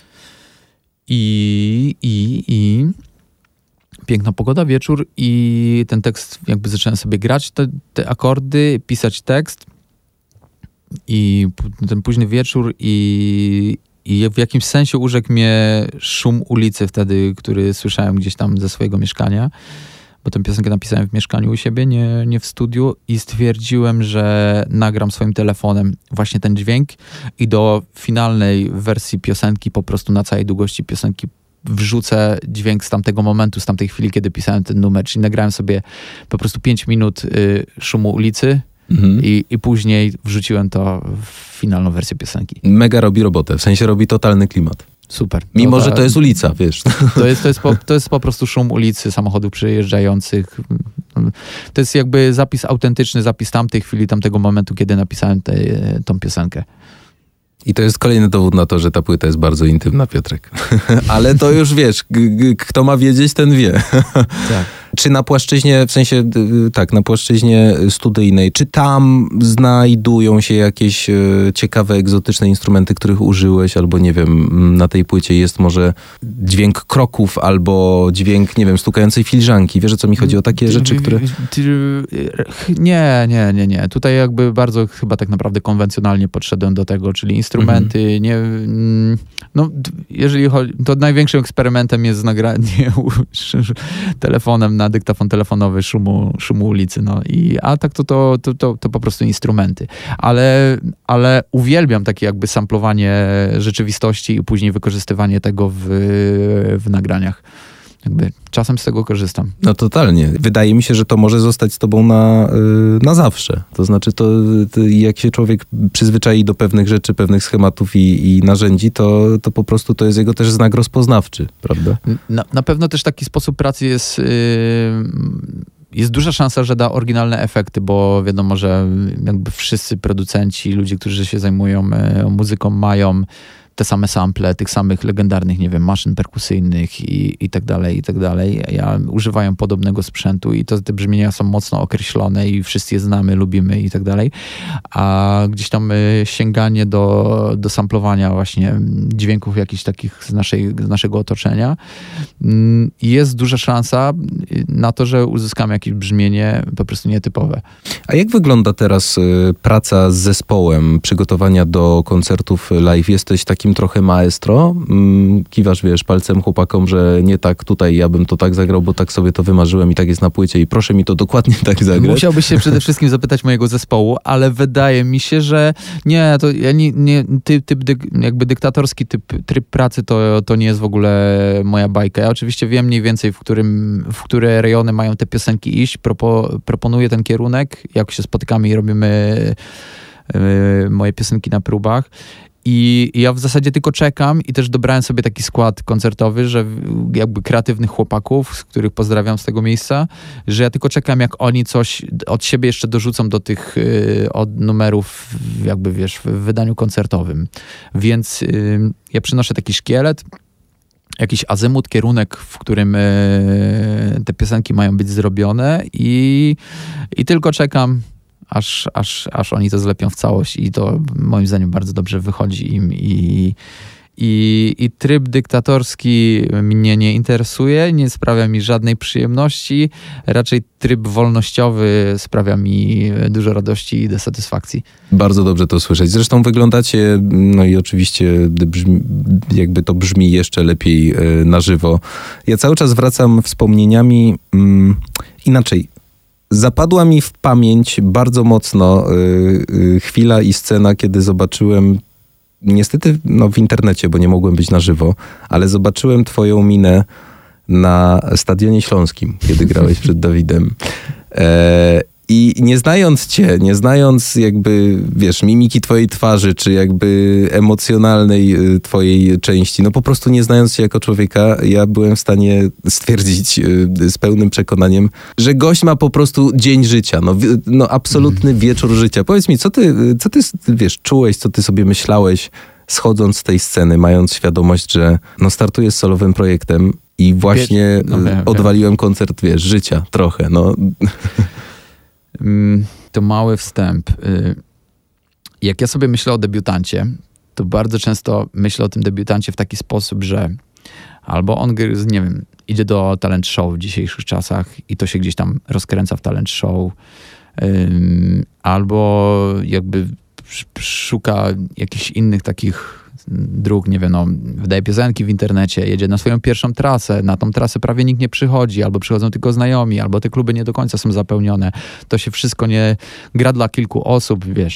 I piękna pogoda, wieczór i ten tekst jakby zacząłem sobie grać te akordy, pisać tekst. I ten późny wieczór i w jakimś sensie urzekł mnie szum ulicy wtedy, który słyszałem gdzieś tam ze swojego mieszkania, bo tę piosenkę napisałem w mieszkaniu u siebie, nie w studiu i stwierdziłem, że nagram swoim telefonem właśnie ten dźwięk i do finalnej wersji piosenki, po prostu na całej długości piosenki wrzucę dźwięk z tamtego momentu, z tamtej chwili, kiedy pisałem ten numer, czyli nagrałem sobie po prostu 5 minut szumu ulicy. I później wrzuciłem to w finalną wersję piosenki. Mega robi robotę, w sensie robi totalny klimat. Super. Mimo, że to jest ulica, wiesz. To jest po prostu szum ulicy, samochodów przejeżdżających. To jest jakby zapis autentyczny, zapis tamtej chwili, tamtego momentu, kiedy napisałem tą piosenkę. I to jest kolejny dowód na to, że ta płyta jest bardzo intymna, Piotrek. Ale to już wiesz, kto ma wiedzieć, ten wie. Tak. Czy na płaszczyźnie, w sensie tak, na płaszczyźnie studyjnej, czy tam znajdują się jakieś ciekawe, egzotyczne instrumenty, których użyłeś, albo nie wiem, na tej płycie jest może dźwięk kroków, albo dźwięk, nie wiem, stukającej filiżanki. Wiesz, o co mi chodzi? O takie rzeczy, które... Nie. Tutaj jakby bardzo chyba tak naprawdę konwencjonalnie podszedłem do tego, czyli instrumenty, no jeżeli chodzi, to największym eksperymentem jest nagranie telefonem na dyktafon telefonowy szumu ulicy, no a tak to po prostu instrumenty. Ale uwielbiam takie jakby samplowanie rzeczywistości i później wykorzystywanie tego w nagraniach. Jakby czasem z tego korzystam. No totalnie. Wydaje mi się, że to może zostać z tobą na zawsze. To znaczy, to jak się człowiek przyzwyczai do pewnych rzeczy, pewnych schematów i narzędzi, to po prostu to jest jego też znak rozpoznawczy, prawda? Na pewno też taki sposób pracy jest duża szansa, że da oryginalne efekty, bo wiadomo, że jakby wszyscy producenci, ludzie, którzy się zajmują muzyką, mają te same sample, tych samych legendarnych, nie wiem, maszyn perkusyjnych i tak dalej, i tak dalej. Używają podobnego sprzętu i te brzmienia są mocno określone i wszyscy je znamy, lubimy i tak dalej. A gdzieś tam sięganie do samplowania właśnie dźwięków jakichś takich z naszego otoczenia, jest duża szansa na to, że uzyskamy jakieś brzmienie po prostu nietypowe. A jak wygląda teraz praca z zespołem, przygotowania do koncertów live? Jesteś takim trochę maestro? Kiwasz, wiesz, palcem chłopakom, że nie tak tutaj, ja bym to tak zagrał, bo tak sobie to wymarzyłem i tak jest na płycie i proszę mi to dokładnie tak zagrać. Musiałbyś się przede wszystkim zapytać mojego zespołu, ale wydaje mi się, że nie, to ja jakby dyktatorski tryb pracy to nie jest w ogóle moja bajka. Ja oczywiście wiem mniej więcej, w które rejony mają te piosenki iść. Proponuję ten kierunek, jak się spotykamy i robimy moje piosenki na próbach. I ja w zasadzie tylko czekam i też dobrałem sobie taki skład koncertowy, że jakby kreatywnych chłopaków, z których pozdrawiam z tego miejsca, że ja tylko czekam, jak oni coś od siebie jeszcze dorzucą do tych od numerów, jakby wiesz, w wydaniu koncertowym. Więc ja przynoszę taki szkielet, jakiś azymut, kierunek, w którym te piosenki mają być zrobione i tylko czekam, aż oni to zlepią w całość i to moim zdaniem bardzo dobrze wychodzi im i I tryb dyktatorski mnie nie interesuje, nie sprawia mi żadnej przyjemności. Raczej tryb wolnościowy sprawia mi dużo radości i satysfakcji. Bardzo dobrze to słyszeć. Zresztą wyglądacie, no i oczywiście jakby to brzmi jeszcze lepiej na żywo. Ja cały czas wracam wspomnieniami inaczej. Zapadła mi w pamięć bardzo mocno chwila i scena, kiedy zobaczyłem, niestety w internecie, bo nie mogłem być na żywo, ale zobaczyłem twoją minę na Stadionie Śląskim, kiedy grałeś przed Dawidem. I nie znając jakby, wiesz, mimiki twojej twarzy, czy jakby emocjonalnej twojej części, no po prostu nie znając cię jako człowieka, ja byłem w stanie stwierdzić z pełnym przekonaniem, że gość ma po prostu dzień życia, no absolutny wieczór życia. Powiedz mi, co ty, wiesz, czułeś, co ty sobie myślałeś, schodząc z tej sceny, mając świadomość, że startuję z solowym projektem i właśnie odwaliłem koncert, wiesz, życia trochę, To mały wstęp. Jak ja sobie myślę o debiutancie, to bardzo często myślę o tym debiutancie w taki sposób, że albo on, nie wiem, idzie do talent show w dzisiejszych czasach i to się gdzieś tam rozkręca w talent show, albo jakby szuka jakichś innych takich dróg, nie wiem, wydaje piosenki w internecie, jedzie na swoją pierwszą trasę, na tą trasę prawie nikt nie przychodzi, albo przychodzą tylko znajomi, albo te kluby nie do końca są zapełnione. To się wszystko nie gra dla kilku osób, wiesz.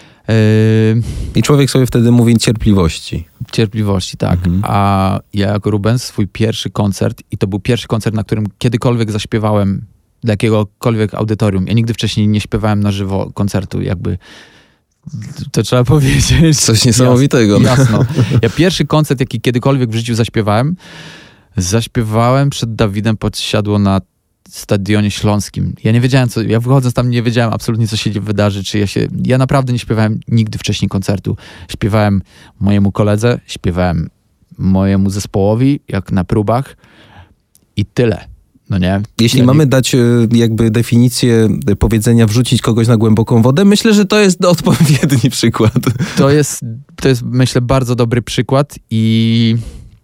I człowiek sobie wtedy mówi cierpliwości. Cierpliwości, tak. A ja jako Rubens swój pierwszy koncert, i to był pierwszy koncert, na którym kiedykolwiek zaśpiewałem dla jakiegokolwiek audytorium. Ja nigdy wcześniej nie śpiewałem na żywo koncertu, jakby to trzeba powiedzieć. Coś niesamowitego. Jasno. Ja pierwszy koncert, jaki kiedykolwiek w życiu zaśpiewałem przed Dawidem Podsiadło na Stadionie Śląskim. Ja nie wiedziałem, ja wychodząc tam nie wiedziałem absolutnie, co się wydarzy, ja naprawdę nie śpiewałem nigdy wcześniej koncertu. Śpiewałem mojemu koledze, śpiewałem mojemu zespołowi, jak na próbach i tyle. No nie? Jeśli mamy dać jakby definicję powiedzenia wrzucić kogoś na głęboką wodę, myślę, że to jest odpowiedni przykład. To jest myślę, bardzo dobry przykład i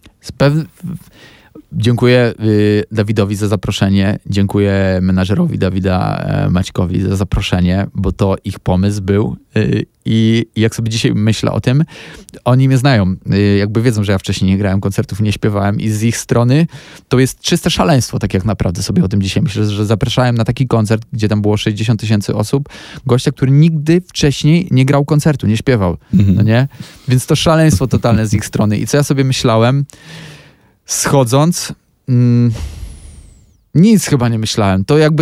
dziękuję Dawidowi za zaproszenie, dziękuję menażerowi Dawida Maćkowi za zaproszenie, bo to ich pomysł był i jak sobie dzisiaj myślę o tym, oni mnie znają, jakby wiedzą, że ja wcześniej nie grałem koncertów, nie śpiewałem i z ich strony to jest czyste szaleństwo, tak jak naprawdę sobie o tym dzisiaj myślę, że zapraszałem na taki koncert, gdzie tam było 60 000 osób, gościa, który nigdy wcześniej nie grał koncertu, nie śpiewał, no nie? Więc to szaleństwo totalne z ich strony i co ja sobie myślałem, schodząc, nic chyba nie myślałem. To jakby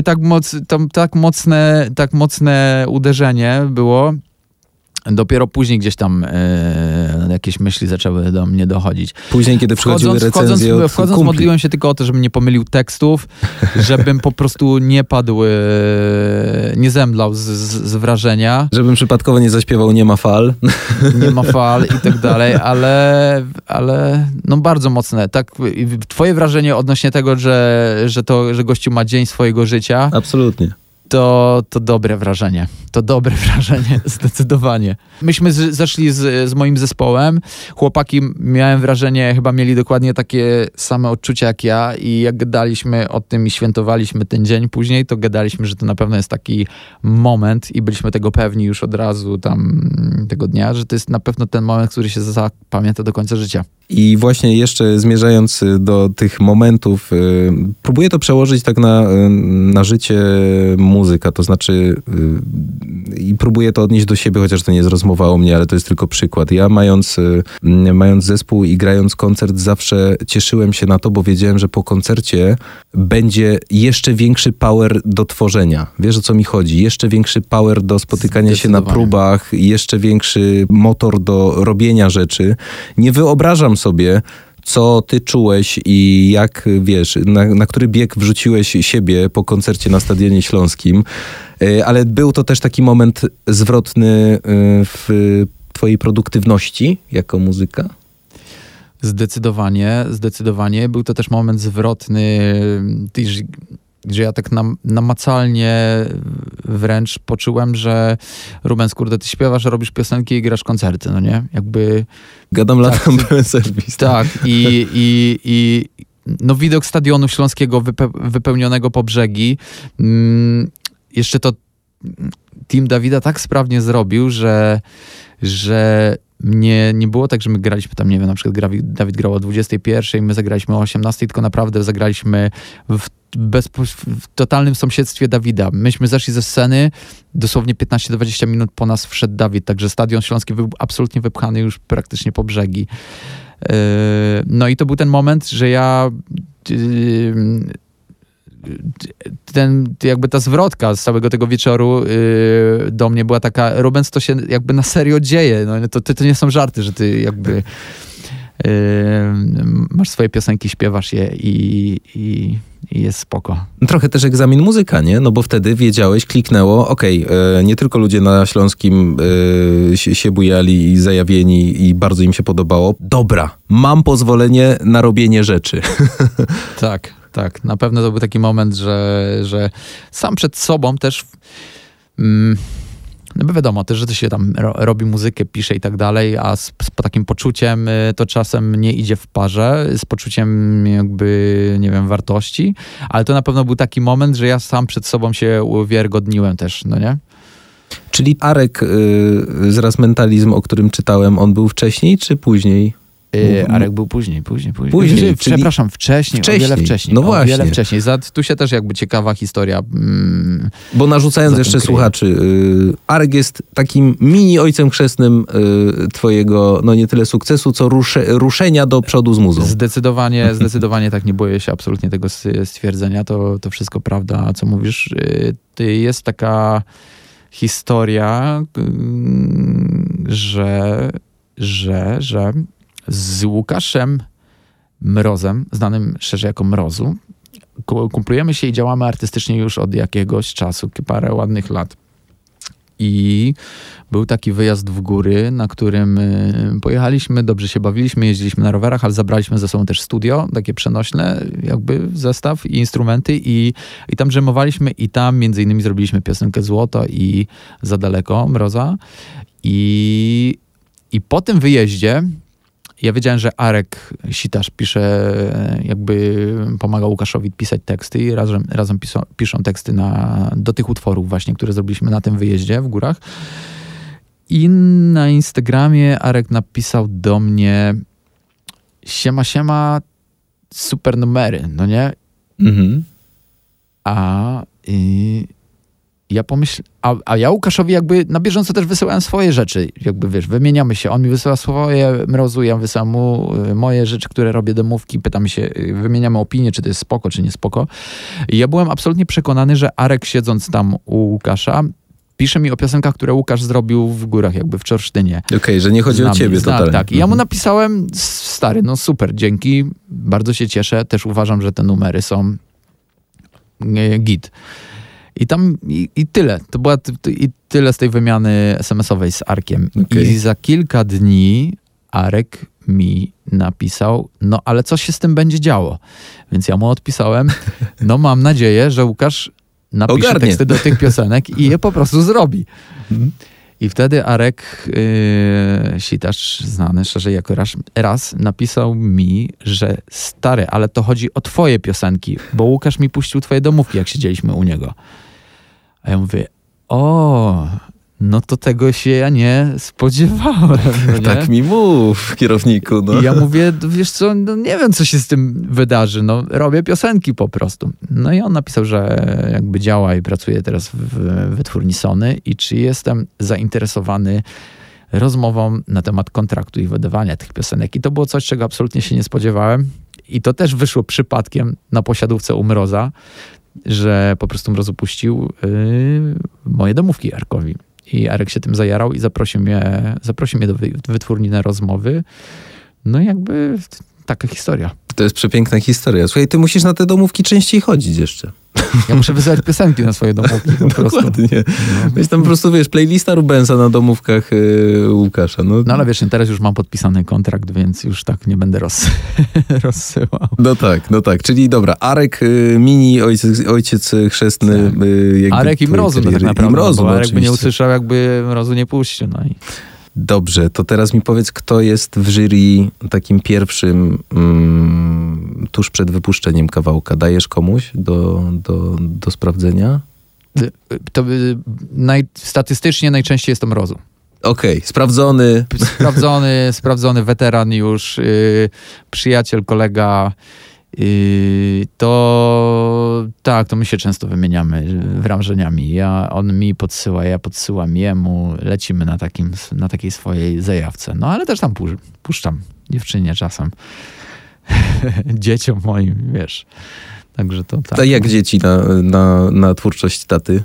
tak mocne uderzenie było. Dopiero później gdzieś tam jakieś myśli zaczęły do mnie dochodzić. Później, kiedy przychodziły recenzje wchodząc modliłem się tylko o to, żebym nie pomylił tekstów, żebym po prostu nie padł, nie zemdlał z wrażenia. Żebym przypadkowo nie zaśpiewał Nie ma fal. Nie ma fal i tak dalej, ale no bardzo mocne. Tak, twoje wrażenie odnośnie tego, że gościu ma dzień swojego życia. Absolutnie. To dobre wrażenie. To dobre wrażenie, zdecydowanie. Myśmy zeszli z moim zespołem. Chłopaki, miałem wrażenie, chyba mieli dokładnie takie same odczucia jak ja i jak gadaliśmy o tym i świętowaliśmy ten dzień później, to gadaliśmy, że to na pewno jest taki moment i byliśmy tego pewni już od razu tam tego dnia, że to jest na pewno ten moment, który się zapamięta do końca życia. I właśnie jeszcze zmierzając do tych momentów, próbuję to przełożyć tak na życie muzyka, to znaczy i próbuję to odnieść do siebie, chociaż to nie jest rozmowa o mnie, ale to jest tylko przykład. Ja mając zespół i grając koncert zawsze cieszyłem się na to, bo wiedziałem, że po koncercie będzie jeszcze większy power do tworzenia. Wiesz, o co mi chodzi? Jeszcze większy power do spotykania się na próbach, jeszcze większy motor do robienia rzeczy. Nie wyobrażam sobie, co ty czułeś i jak, wiesz, na który bieg wrzuciłeś siebie po koncercie na Stadionie Śląskim, ale był to też taki moment zwrotny w twojej produktywności jako muzyka? Zdecydowanie. Był to też moment zwrotny. gdzie ja tak namacalnie wręcz poczułem, że Rubens, kurde, ty śpiewasz, robisz piosenki i grasz koncerty, no nie? Jakby... Gadam latam, pełen serwis. Tak, i no widok Stadionu Śląskiego wypełnionego po brzegi. Jeszcze to Team Dawida tak sprawnie zrobił, że nie było tak, że my graliśmy tam, nie wiem, na przykład Dawid grał o 21, my zagraliśmy o 18, tylko naprawdę zagraliśmy w totalnym sąsiedztwie Dawida. Myśmy zeszli ze sceny, dosłownie 15-20 minut po nas wszedł Dawid, także Stadion Śląski był absolutnie wypchany już praktycznie po brzegi. No i to był ten moment, że ja jakby ta zwrotka z całego tego wieczoru do mnie była taka: Rubens, to się jakby na serio dzieje, no, to nie są żarty, że ty jakby masz swoje piosenki, śpiewasz je i jest spoko. Trochę też egzamin muzyka, nie? No bo wtedy wiedziałeś, kliknęło, nie tylko ludzie na Śląskim się bujali i zajawieni i bardzo im się podobało. Dobra, mam pozwolenie na robienie rzeczy. Tak. Na pewno to był taki moment, że sam przed sobą też... No bo wiadomo też, że to się tam robi muzykę, pisze i tak dalej, a z takim poczuciem to czasem nie idzie w parze, z poczuciem jakby, nie wiem, wartości, ale to na pewno był taki moment, że ja sam przed sobą się uwiarygodniłem też, no nie? Czyli Arek z Mentalizm, o którym czytałem, on był wcześniej czy później? Arek był później. Przepraszam, wcześniej, o wiele wcześniej. No właśnie. O wiele wcześniej. Tu się też jakby ciekawa historia. Bo narzucając jeszcze słuchaczy, Arek jest takim mini ojcem chrzestnym twojego, no nie tyle sukcesu, co ruszenia do przodu z muzą. Zdecydowanie tak, nie boję się absolutnie tego stwierdzenia. To wszystko prawda, co mówisz. Jest taka historia, że z Łukaszem Mrozem, znanym szerzej jako Mrozu, kumplujemy się i działamy artystycznie już od jakiegoś czasu, parę ładnych lat. I był taki wyjazd w góry, na którym pojechaliśmy, dobrze się bawiliśmy, jeździliśmy na rowerach, ale zabraliśmy ze sobą też studio, takie przenośne, jakby zestaw i instrumenty i tam dżemowaliśmy i tam między innymi zrobiliśmy piosenkę Złoto i Za daleko Mroza. I po tym wyjeździe ja wiedziałem, że Arek Sitarz pomaga Łukaszowi pisać teksty i razem piszą teksty do tych utworów właśnie, które zrobiliśmy na tym wyjeździe w górach. I na Instagramie Arek napisał do mnie: siema, super numery, no nie? Mhm. Ja a ja Łukaszowi jakby na bieżąco też wysyłałem swoje rzeczy, jakby wiesz, wymieniamy się, on mi wysyła swoje Mrozu, ja wysyłam mu moje rzeczy, które robię, demówki, pytamy się, wymieniamy opinie, czy to jest spoko, czy nie spoko. I ja byłem absolutnie przekonany, że Arek, siedząc tam u Łukasza, pisze mi o piosenkach, które Łukasz zrobił w górach, jakby w Czorsztynie. Okej, że nie chodzi o ciebie totalnie. Tak, i ja mu napisałem: stary, no super, dzięki, bardzo się cieszę, też uważam, że te numery są git. I tam i tyle. To była tyle z tej wymiany SMS-owej z Arkiem. Okay. I za kilka dni Arek mi napisał: no ale co się z tym będzie działo? Więc ja mu odpisałem: no mam nadzieję, że Łukasz napisze teksty do tych piosenek i je po prostu zrobi. I wtedy Arek Sitarz, znany szerzej jako Raz, napisał mi, że stary, ale to chodzi o twoje piosenki, bo Łukasz mi puścił twoje domówki, jak siedzieliśmy u niego. A ja mówię: no to tego się ja nie spodziewałem. No nie? Tak mi mów, kierowniku. No. I ja mówię: wiesz co, no nie wiem, co się z tym wydarzy, no robię piosenki po prostu. No i on napisał, że jakby działa i pracuje teraz w wytwórni Sony i czy jestem zainteresowany rozmową na temat kontraktu i wydawania tych piosenek. I to było coś, czego absolutnie się nie spodziewałem. I to też wyszło przypadkiem na posiadówce u Mroza, że po prostu Mroz puścił moje domówki Arkowi. I Arek się tym zajarał i zaprosił mnie do wytwórni na rozmowy. No i jakby taka historia. To jest przepiękna historia. Słuchaj, ty musisz na te domówki częściej chodzić jeszcze. Ja muszę wysyłać piosenki na swoje domówki po prostu. Dokładnie. Weź tam po prostu, playlista Rubensa na domówkach Łukasza. No ale wiesz, teraz już mam podpisany kontrakt, więc już tak nie będę rozsyłał. No tak. Czyli dobra, Arek, Mini, ojciec chrzestny. Arek i Mrozu tak naprawdę. I Mrozu, bo Arek by nie usłyszał, jakby Mrozu nie puścił. No i... Dobrze, to teraz mi powiedz, kto jest w jury takim pierwszym tuż przed wypuszczeniem kawałka. Dajesz komuś do sprawdzenia? To statystycznie najczęściej jest to Mrozu. Okej, Sprawdzony weteran już, przyjaciel, kolega. To tak, to my się często wymieniamy wrażeniami. On mi podsyła, ja podsyłam jemu, lecimy na takiej swojej zajawce. No ale też tam puszczam dziewczynie czasem. Dzieciom moim, wiesz. Także to tak. A jak dzieci na twórczość taty?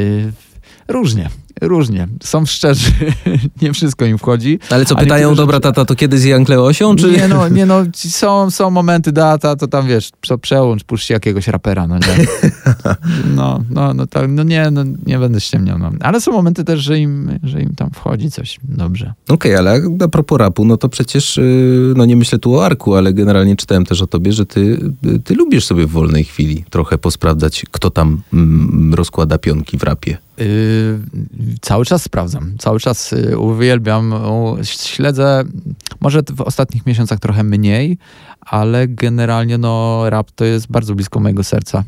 Różnie. Są szczerzy, nie wszystko im wchodzi. Ale co, pytają, dobra tata, to kiedy z Jankleosią, czy... Nie no, są momenty, data, to tam wiesz, przełącz, puść jakiegoś rapera, no nie. Nie będę ściemniał. No. Ale są momenty też, że im tam wchodzi coś dobrze. Okej, ale a propos rapu, no to przecież, no nie myślę tu o Arku, ale generalnie czytałem też o tobie, że ty lubisz sobie w wolnej chwili trochę posprawdzać, kto tam rozkłada pionki w rapie. Cały czas sprawdzam, cały czas uwielbiam, śledzę, może w ostatnich miesiącach trochę mniej, ale generalnie no rap to jest bardzo blisko mojego serca.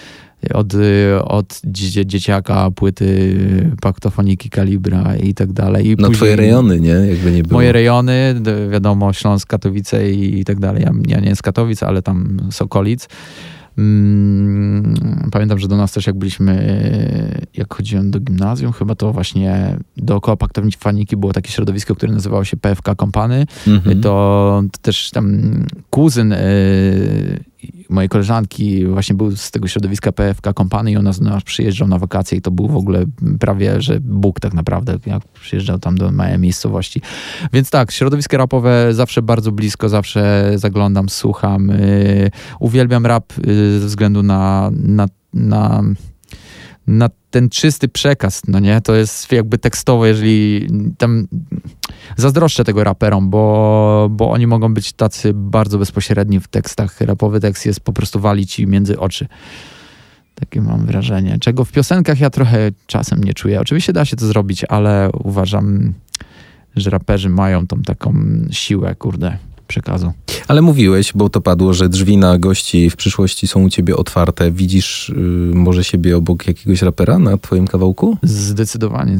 Od dzieciaka, płyty, Paktofoniki, Kalibra i tak dalej. I no twoje rejony, nie? Jakby nie było. Moje rejony, wiadomo, Śląsk, Katowice i tak dalej. Ja nie z Katowic, ale tam z okolic. Pamiętam, że do nas też jak chodziłem do gimnazjum, chyba to właśnie dookoła Paktofoniki było takie środowisko, które nazywało się PFK Kompany. To też tam kuzyn mojej koleżanki właśnie był z tego środowiska PFK Kompany i on nas przyjeżdżał na wakacje i to był w ogóle prawie, że Bóg tak naprawdę, jak przyjeżdżał tam do małej miejscowości. Więc tak, środowisko rapowe zawsze bardzo blisko, zawsze zaglądam, słucham. Uwielbiam rap ze względu na ten czysty przekaz, no nie? To jest jakby tekstowo, jeżeli tam zazdroszczę tego raperom, bo oni mogą być tacy bardzo bezpośredni w tekstach. Rapowy tekst jest po prostu walić ci między oczy. Takie mam wrażenie. Czego w piosenkach ja trochę czasem nie czuję. Oczywiście da się to zrobić, ale uważam, że raperzy mają tą taką siłę, przekazu. Ale mówiłeś, bo to padło, że drzwi na gości w przyszłości są u ciebie otwarte. Widzisz może siebie obok jakiegoś rapera na twoim kawałku? Zdecydowanie.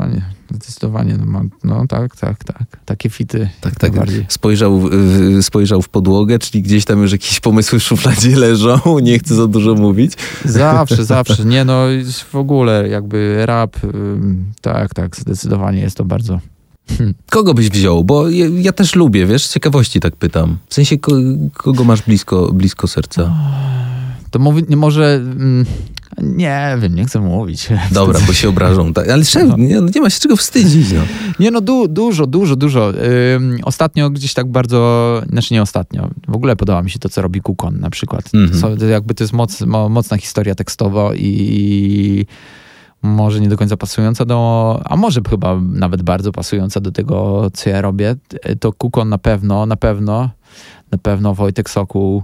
No tak. Takie fity. Tak. Bardziej. Spojrzał w podłogę, czyli gdzieś tam już jakieś pomysły w szufladzie leżą. Nie chcę za dużo mówić. Zawsze. Nie no, w ogóle jakby rap, tak, zdecydowanie jest to bardzo... Kogo byś wziął? Bo ja też lubię, wiesz, z ciekawości tak pytam. W sensie, kogo masz blisko serca? To może... Nie wiem, nie chcę mówić. Dobra, bo się obrażą. Tak, ale nie ma się czego wstydzić. No. Nie no, dużo. Ostatnio gdzieś tak bardzo... Znaczy nie ostatnio. W ogóle podoba mi się to, co robi Kukon na przykład. To jest mocna historia tekstowa i... może nie do końca pasująca a może chyba nawet bardzo pasująca do tego, co ja robię, to Kukon na pewno Wojtek Sokół,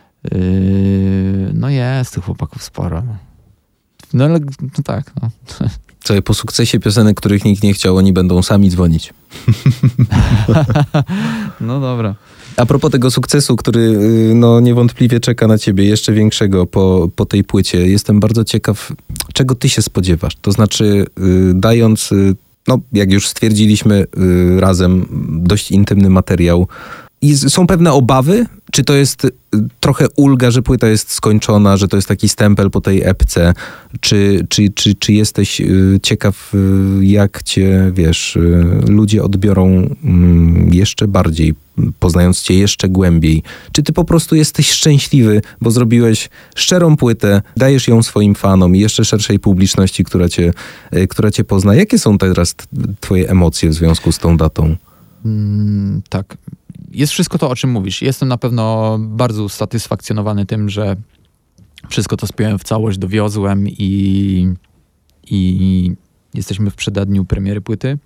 no jest tych chłopaków sporo. No ale no tak, no. Co, po sukcesie piosenek, których nikt nie chciał, oni będą sami dzwonić. No dobra. A propos tego sukcesu, który no niewątpliwie czeka na ciebie, jeszcze większego po tej płycie, jestem bardzo ciekaw, czego ty się spodziewasz. To znaczy, dając, no jak już stwierdziliśmy razem, dość intymny materiał, i są pewne obawy? Czy to jest trochę ulga, że płyta jest skończona, że to jest taki stempel po tej epce? Czy jesteś ciekaw, jak cię, wiesz, ludzie odbiorą jeszcze bardziej, poznając cię jeszcze głębiej? Czy ty po prostu jesteś szczęśliwy, bo zrobiłeś szczerą płytę, dajesz ją swoim fanom i jeszcze szerszej publiczności, która cię pozna? Jakie są teraz twoje emocje w związku z tą datą? Tak. jest wszystko to, o czym mówisz. Jestem na pewno bardzo usatysfakcjonowany tym, że wszystko to spiąłem w całość, dowiozłem i jesteśmy w przededniu premiery płyty.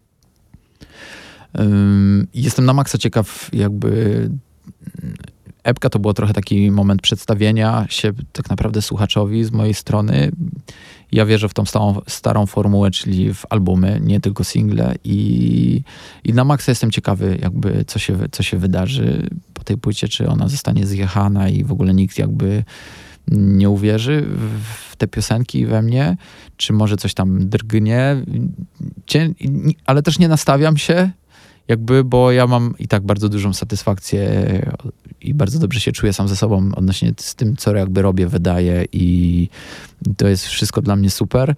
Jestem na maksa ciekaw, jakby epka to było trochę taki moment przedstawienia się tak naprawdę słuchaczowi z mojej strony. Ja wierzę w tą starą formułę, czyli w albumy, nie tylko single i na maksa jestem ciekawy, jakby co się wydarzy po tej płycie, czy ona zostanie zjechana i w ogóle nikt jakby nie uwierzy w te piosenki we mnie, czy może coś tam drgnie, ale też nie nastawiam się, jakby, bo ja mam i tak bardzo dużą satysfakcję i bardzo dobrze się czuję sam ze sobą odnośnie z tym, co jakby robię, wydaję i to jest wszystko dla mnie super.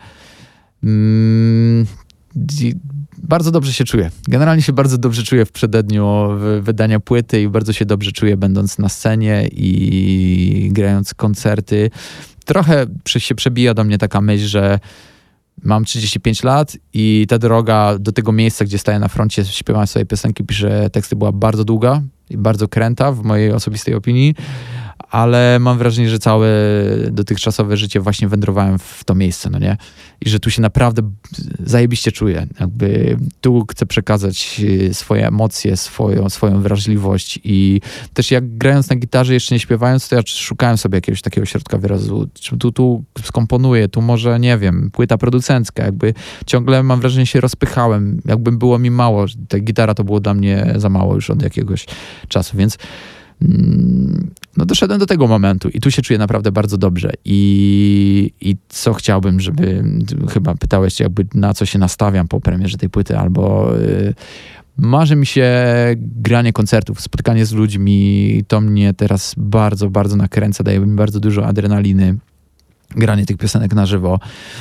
Bardzo dobrze się czuję. Generalnie się bardzo dobrze czuję w przededniu wydania płyty i bardzo się dobrze czuję będąc na scenie i grając koncerty. Trochę się przebija do mnie taka myśl, że mam 35 lat i ta droga do tego miejsca, gdzie staję na froncie, śpiewam swoje piosenki, piszę teksty, była bardzo długa i bardzo kręta w mojej osobistej opinii, ale mam wrażenie, że całe dotychczasowe życie właśnie wędrowałem w to miejsce, no nie? I że tu się naprawdę zajebiście czuję. Jakby tu chcę przekazać swoje emocje, swoją wrażliwość i też jak grając na gitarze, jeszcze nie śpiewając, to ja szukałem sobie jakiegoś takiego środka wyrazu. Tu skomponuję, tu może, nie wiem, płyta producencka, jakby ciągle mam wrażenie, się rozpychałem. Jakby było mi mało. Ta gitara to było dla mnie za mało już od jakiegoś czasu, więc no doszedłem do tego momentu i tu się czuję naprawdę bardzo dobrze i co chciałbym, żeby, chyba pytałeś się jakby na co się nastawiam po premierze tej płyty, albo marzy mi się granie koncertów, spotkanie z ludźmi, to mnie teraz bardzo, bardzo nakręca, daje mi bardzo dużo adrenaliny, granie tych piosenek na żywo.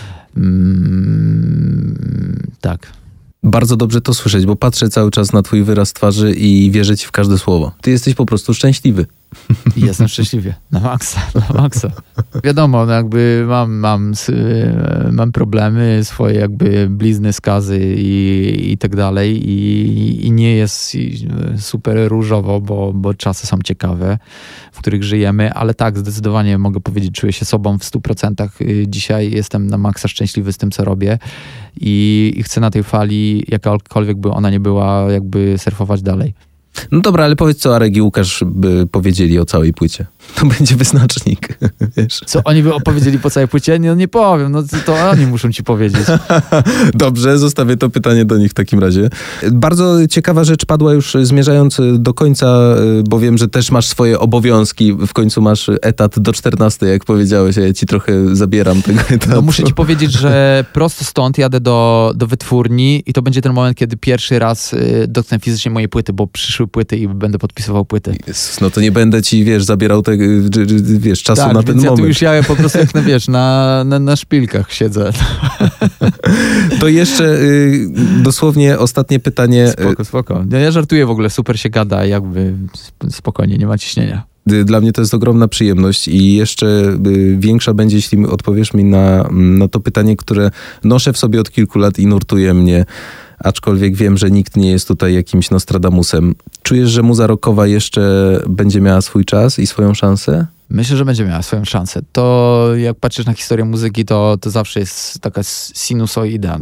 Tak. Bardzo dobrze to słyszeć, bo patrzę cały czas na twój wyraz twarzy i wierzę ci w każde słowo. Ty jesteś po prostu szczęśliwy. Jestem szczęśliwy. Na maksa. Wiadomo, no jakby mam problemy, swoje jakby blizny, skazy i tak dalej i nie jest super różowo, bo czasy są ciekawe, w których żyjemy, ale tak, zdecydowanie mogę powiedzieć, czuję się sobą w 100%. Dzisiaj jestem na maksa szczęśliwy z tym, co robię i chcę na tej fali, jakakolwiek by ona nie była, jakby surfować dalej. No dobra, ale powiedz, co Arek i Łukasz by powiedzieli o całej płycie. To będzie wyznacznik, wiesz. Co oni by opowiedzieli po całej płycie? Nie powiem, no to oni muszą ci powiedzieć. Dobrze, zostawię to pytanie do nich w takim razie. Bardzo ciekawa rzecz padła już zmierzając do końca, bo wiem, że też masz swoje obowiązki. W końcu masz etat do 14, jak powiedziałeś, a ja ci trochę zabieram tego etatu. No muszę ci powiedzieć, że prosto stąd jadę do wytwórni i to będzie ten moment, kiedy pierwszy raz dotknę fizycznie mojej płyty, bo przyszły płyty i będę podpisywał płyty. Jezus, no to nie będę ci, zabierał tego, czasu tak, na ten moment. Ja tu już po prostu jak na szpilkach siedzę. To jeszcze dosłownie ostatnie pytanie. Spoko. Ja żartuję w ogóle, super się gada, jakby spokojnie, nie ma ciśnienia. Dla mnie to jest ogromna przyjemność i jeszcze większa będzie, jeśli odpowiesz mi na to pytanie, które noszę w sobie od kilku lat i nurtuje mnie, aczkolwiek wiem, że nikt nie jest tutaj jakimś Nostradamusem. Czujesz, że muza rockowa jeszcze będzie miała swój czas i swoją szansę? Myślę, że będzie miała swoją szansę. To jak patrzysz na historię muzyki, to zawsze jest taka sinusoida.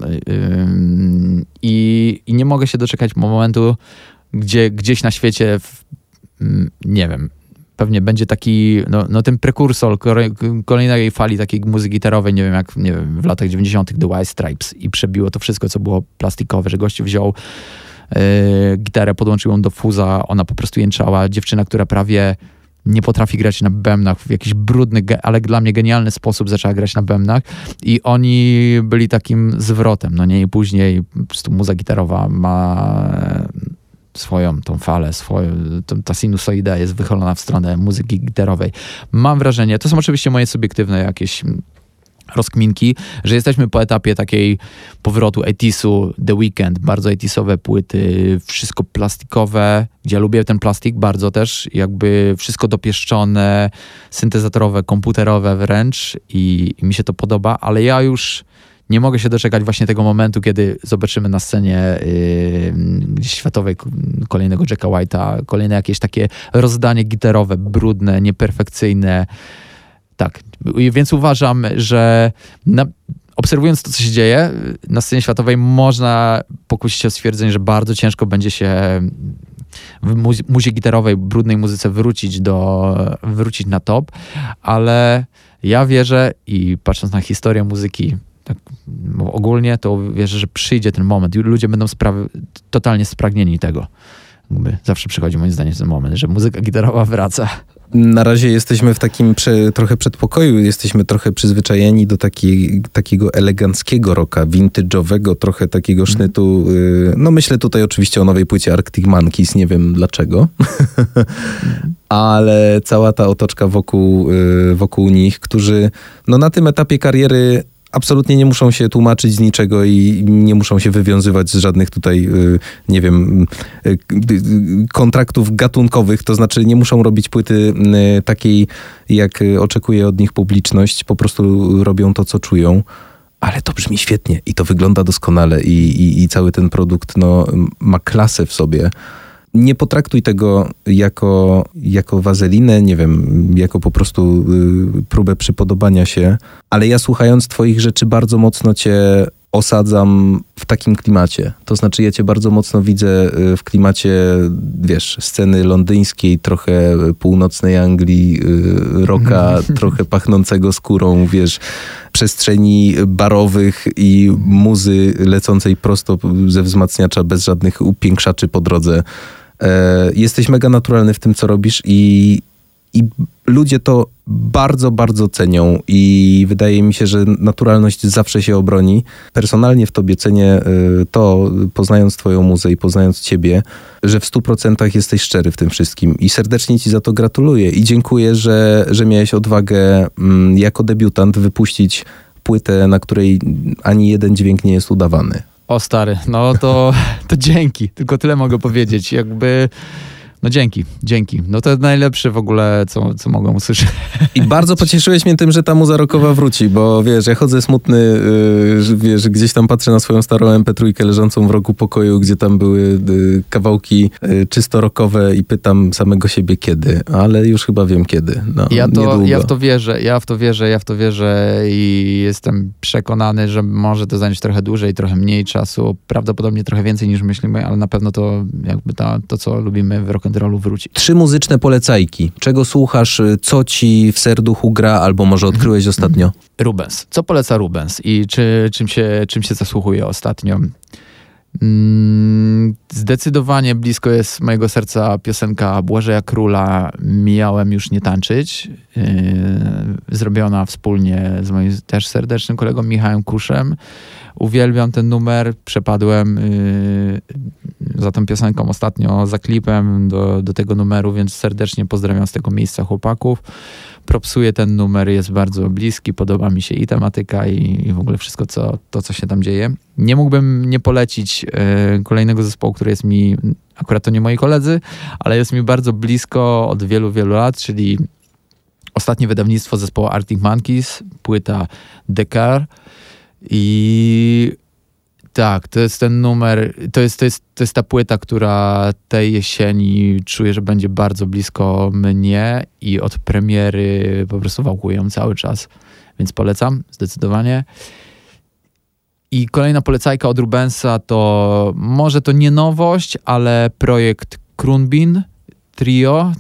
I nie mogę się doczekać momentu, gdzie gdzieś na świecie, nie wiem, pewnie będzie taki, ten prekursor kolejnej fali takiej muzyki gitarowej, nie wiem, w latach 90. The White Stripes i przebiło to wszystko, co było plastikowe, że gościu wziął gitarę, podłączył ją do fuza, ona po prostu jęczała. Dziewczyna, która prawie nie potrafi grać na bębnach, w jakiś brudny, ale dla mnie genialny sposób zaczęła grać na bębnach i oni byli takim zwrotem, no nie? I później po prostu muza gitarowa ma swoją tą falę, ta sinusoida jest wychylona w stronę muzyki gitarowej. Mam wrażenie, to są oczywiście moje subiektywne jakieś rozkminki, że jesteśmy po etapie takiej powrotu 80'su, The Weeknd, bardzo 80'sowe płyty, wszystko plastikowe, gdzie ja lubię ten plastik bardzo też, jakby wszystko dopieszczone, syntezatorowe, komputerowe wręcz i mi się to podoba, ale ja już nie mogę się doczekać właśnie tego momentu, kiedy zobaczymy na scenie gdzieś światowej kolejnego Jacka White'a, kolejne jakieś takie rozdanie gitarowe, brudne, nieperfekcyjne. Tak, więc uważam, że obserwując to, co się dzieje na scenie światowej, można pokusić się o stwierdzenie, że bardzo ciężko będzie się w muzie gitarowej, brudnej muzyce wrócić na top, ale ja wierzę i patrząc na historię muzyki tak ogólnie, to wierzę, że przyjdzie ten moment i ludzie będą totalnie spragnieni tego. Zawsze przychodzi moim zdaniem ten moment, że muzyka gitarowa wraca. Na razie jesteśmy w takim trochę przedpokoju, jesteśmy trochę przyzwyczajeni do takiego eleganckiego rocka, vintage'owego, trochę takiego sznytu. No myślę tutaj oczywiście o nowej płycie Arctic Monkeys, nie wiem dlaczego, ale cała ta otoczka wokół nich, którzy no na tym etapie kariery absolutnie nie muszą się tłumaczyć z niczego i nie muszą się wywiązywać z żadnych tutaj, nie wiem, kontraktów gatunkowych, to znaczy nie muszą robić płyty takiej, jak oczekuje od nich publiczność, po prostu robią to, co czują, ale to brzmi świetnie i to wygląda doskonale i cały ten produkt no, ma klasę w sobie. Nie potraktuj tego jako wazelinę, nie wiem, jako po prostu próbę przypodobania się, ale ja słuchając twoich rzeczy bardzo mocno cię osadzam w takim klimacie. To znaczy ja cię bardzo mocno widzę w klimacie, wiesz, sceny londyńskiej, trochę północnej Anglii, rocka, trochę pachnącego skórą, wiesz, przestrzeni barowych i muzy lecącej prosto ze wzmacniacza bez żadnych upiększaczy po drodze. Jesteś mega naturalny w tym, co robisz i ludzie to bardzo, bardzo cenią i wydaje mi się, że naturalność zawsze się obroni. Personalnie w tobie cenię to, poznając twoją muzę i poznając ciebie, że w 100% jesteś szczery w tym wszystkim i serdecznie ci za to gratuluję i dziękuję, że miałeś odwagę jako debiutant wypuścić płytę, na której ani jeden dźwięk nie jest udawany. O stary, no to dzięki, tylko tyle mogę powiedzieć, jakby... No dzięki. No to najlepsze w ogóle, co mogłem usłyszeć. I bardzo pocieszyłeś mnie tym, że ta muza rockowa wróci, bo wiesz, ja chodzę smutny, wiesz, gdzieś tam patrzę na swoją starą MP3 leżącą w rogu pokoju, gdzie tam były kawałki czysto rockowe i pytam samego siebie kiedy, ale już chyba wiem kiedy. No, ja w to wierzę i jestem przekonany, że może to zająć trochę dłużej, trochę mniej czasu, prawdopodobnie trochę więcej niż myślimy, ale na pewno to jakby to co lubimy w rock'n'rollu wróci. 3 muzyczne polecajki. Czego słuchasz, co ci w serduchu gra, albo może odkryłeś ostatnio? Rubens. Co poleca Rubens i czym się zasłuchuje ostatnio? Zdecydowanie blisko jest mojego serca piosenka Błażeja Króla Mijałem już nie tańczyć, zrobiona wspólnie z moim też serdecznym kolegą Michałem Kuszem. Uwielbiam ten numer, przepadłem za tą piosenką ostatnio, za klipem do tego numeru, więc serdecznie pozdrawiam z tego miejsca chłopaków. Propsuję ten numer, jest bardzo bliski, podoba mi się i tematyka i w ogóle wszystko, co się tam dzieje. Nie mógłbym nie polecić kolejnego zespołu, który jest mi, akurat to nie moi koledzy, ale jest mi bardzo blisko od wielu, wielu lat, czyli ostatnie wydawnictwo zespołu Arctic Monkeys, płyta The Car. I tak, to jest ten numer, to jest ta płyta, która tej jesieni czuję, że będzie bardzo blisko mnie i od premiery po prostu wałkuję cały czas, więc polecam zdecydowanie. I kolejna polecajka od Rubensa to może to nie nowość, ale projekt Krunbin Trio.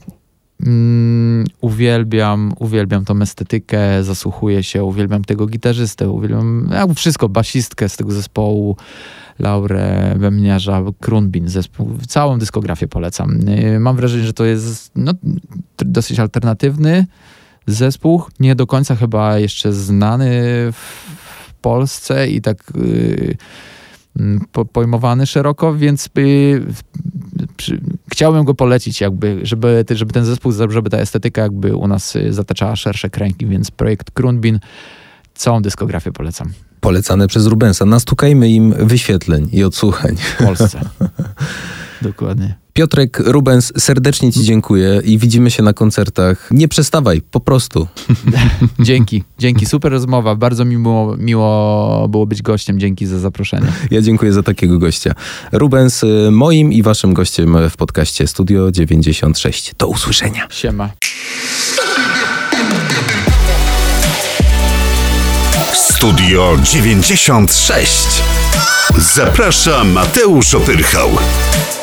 Uwielbiam tą estetykę, zasłuchuję się, uwielbiam tego gitarzystę, uwielbiam wszystko, basistkę z tego zespołu, Laurę Wemniarza, Krunbin, zespół, całą dyskografię polecam. Mam wrażenie, że to jest dosyć alternatywny zespół, nie do końca chyba jeszcze znany w Polsce i tak pojmowany szeroko, więc chciałbym go polecić jakby, żeby ten zespół, żeby ta estetyka jakby u nas zataczała szersze kręgi, więc projekt Krunbin, całą dyskografię polecam. Polecane przez Rubensa. Nastukajmy im wyświetleń i odsłuchań. W Polsce. Dokładnie. Piotrek Rubens, serdecznie ci dziękuję i widzimy się na koncertach. Nie przestawaj, po prostu. Dzięki. Super rozmowa. Bardzo miło było być gościem. Dzięki za zaproszenie. Ja dziękuję za takiego gościa. Rubens, moim i waszym gościem w podcaście Studio 96. Do usłyszenia. Siema. Studio 96. Zaprasza Mateusz Opyrchał.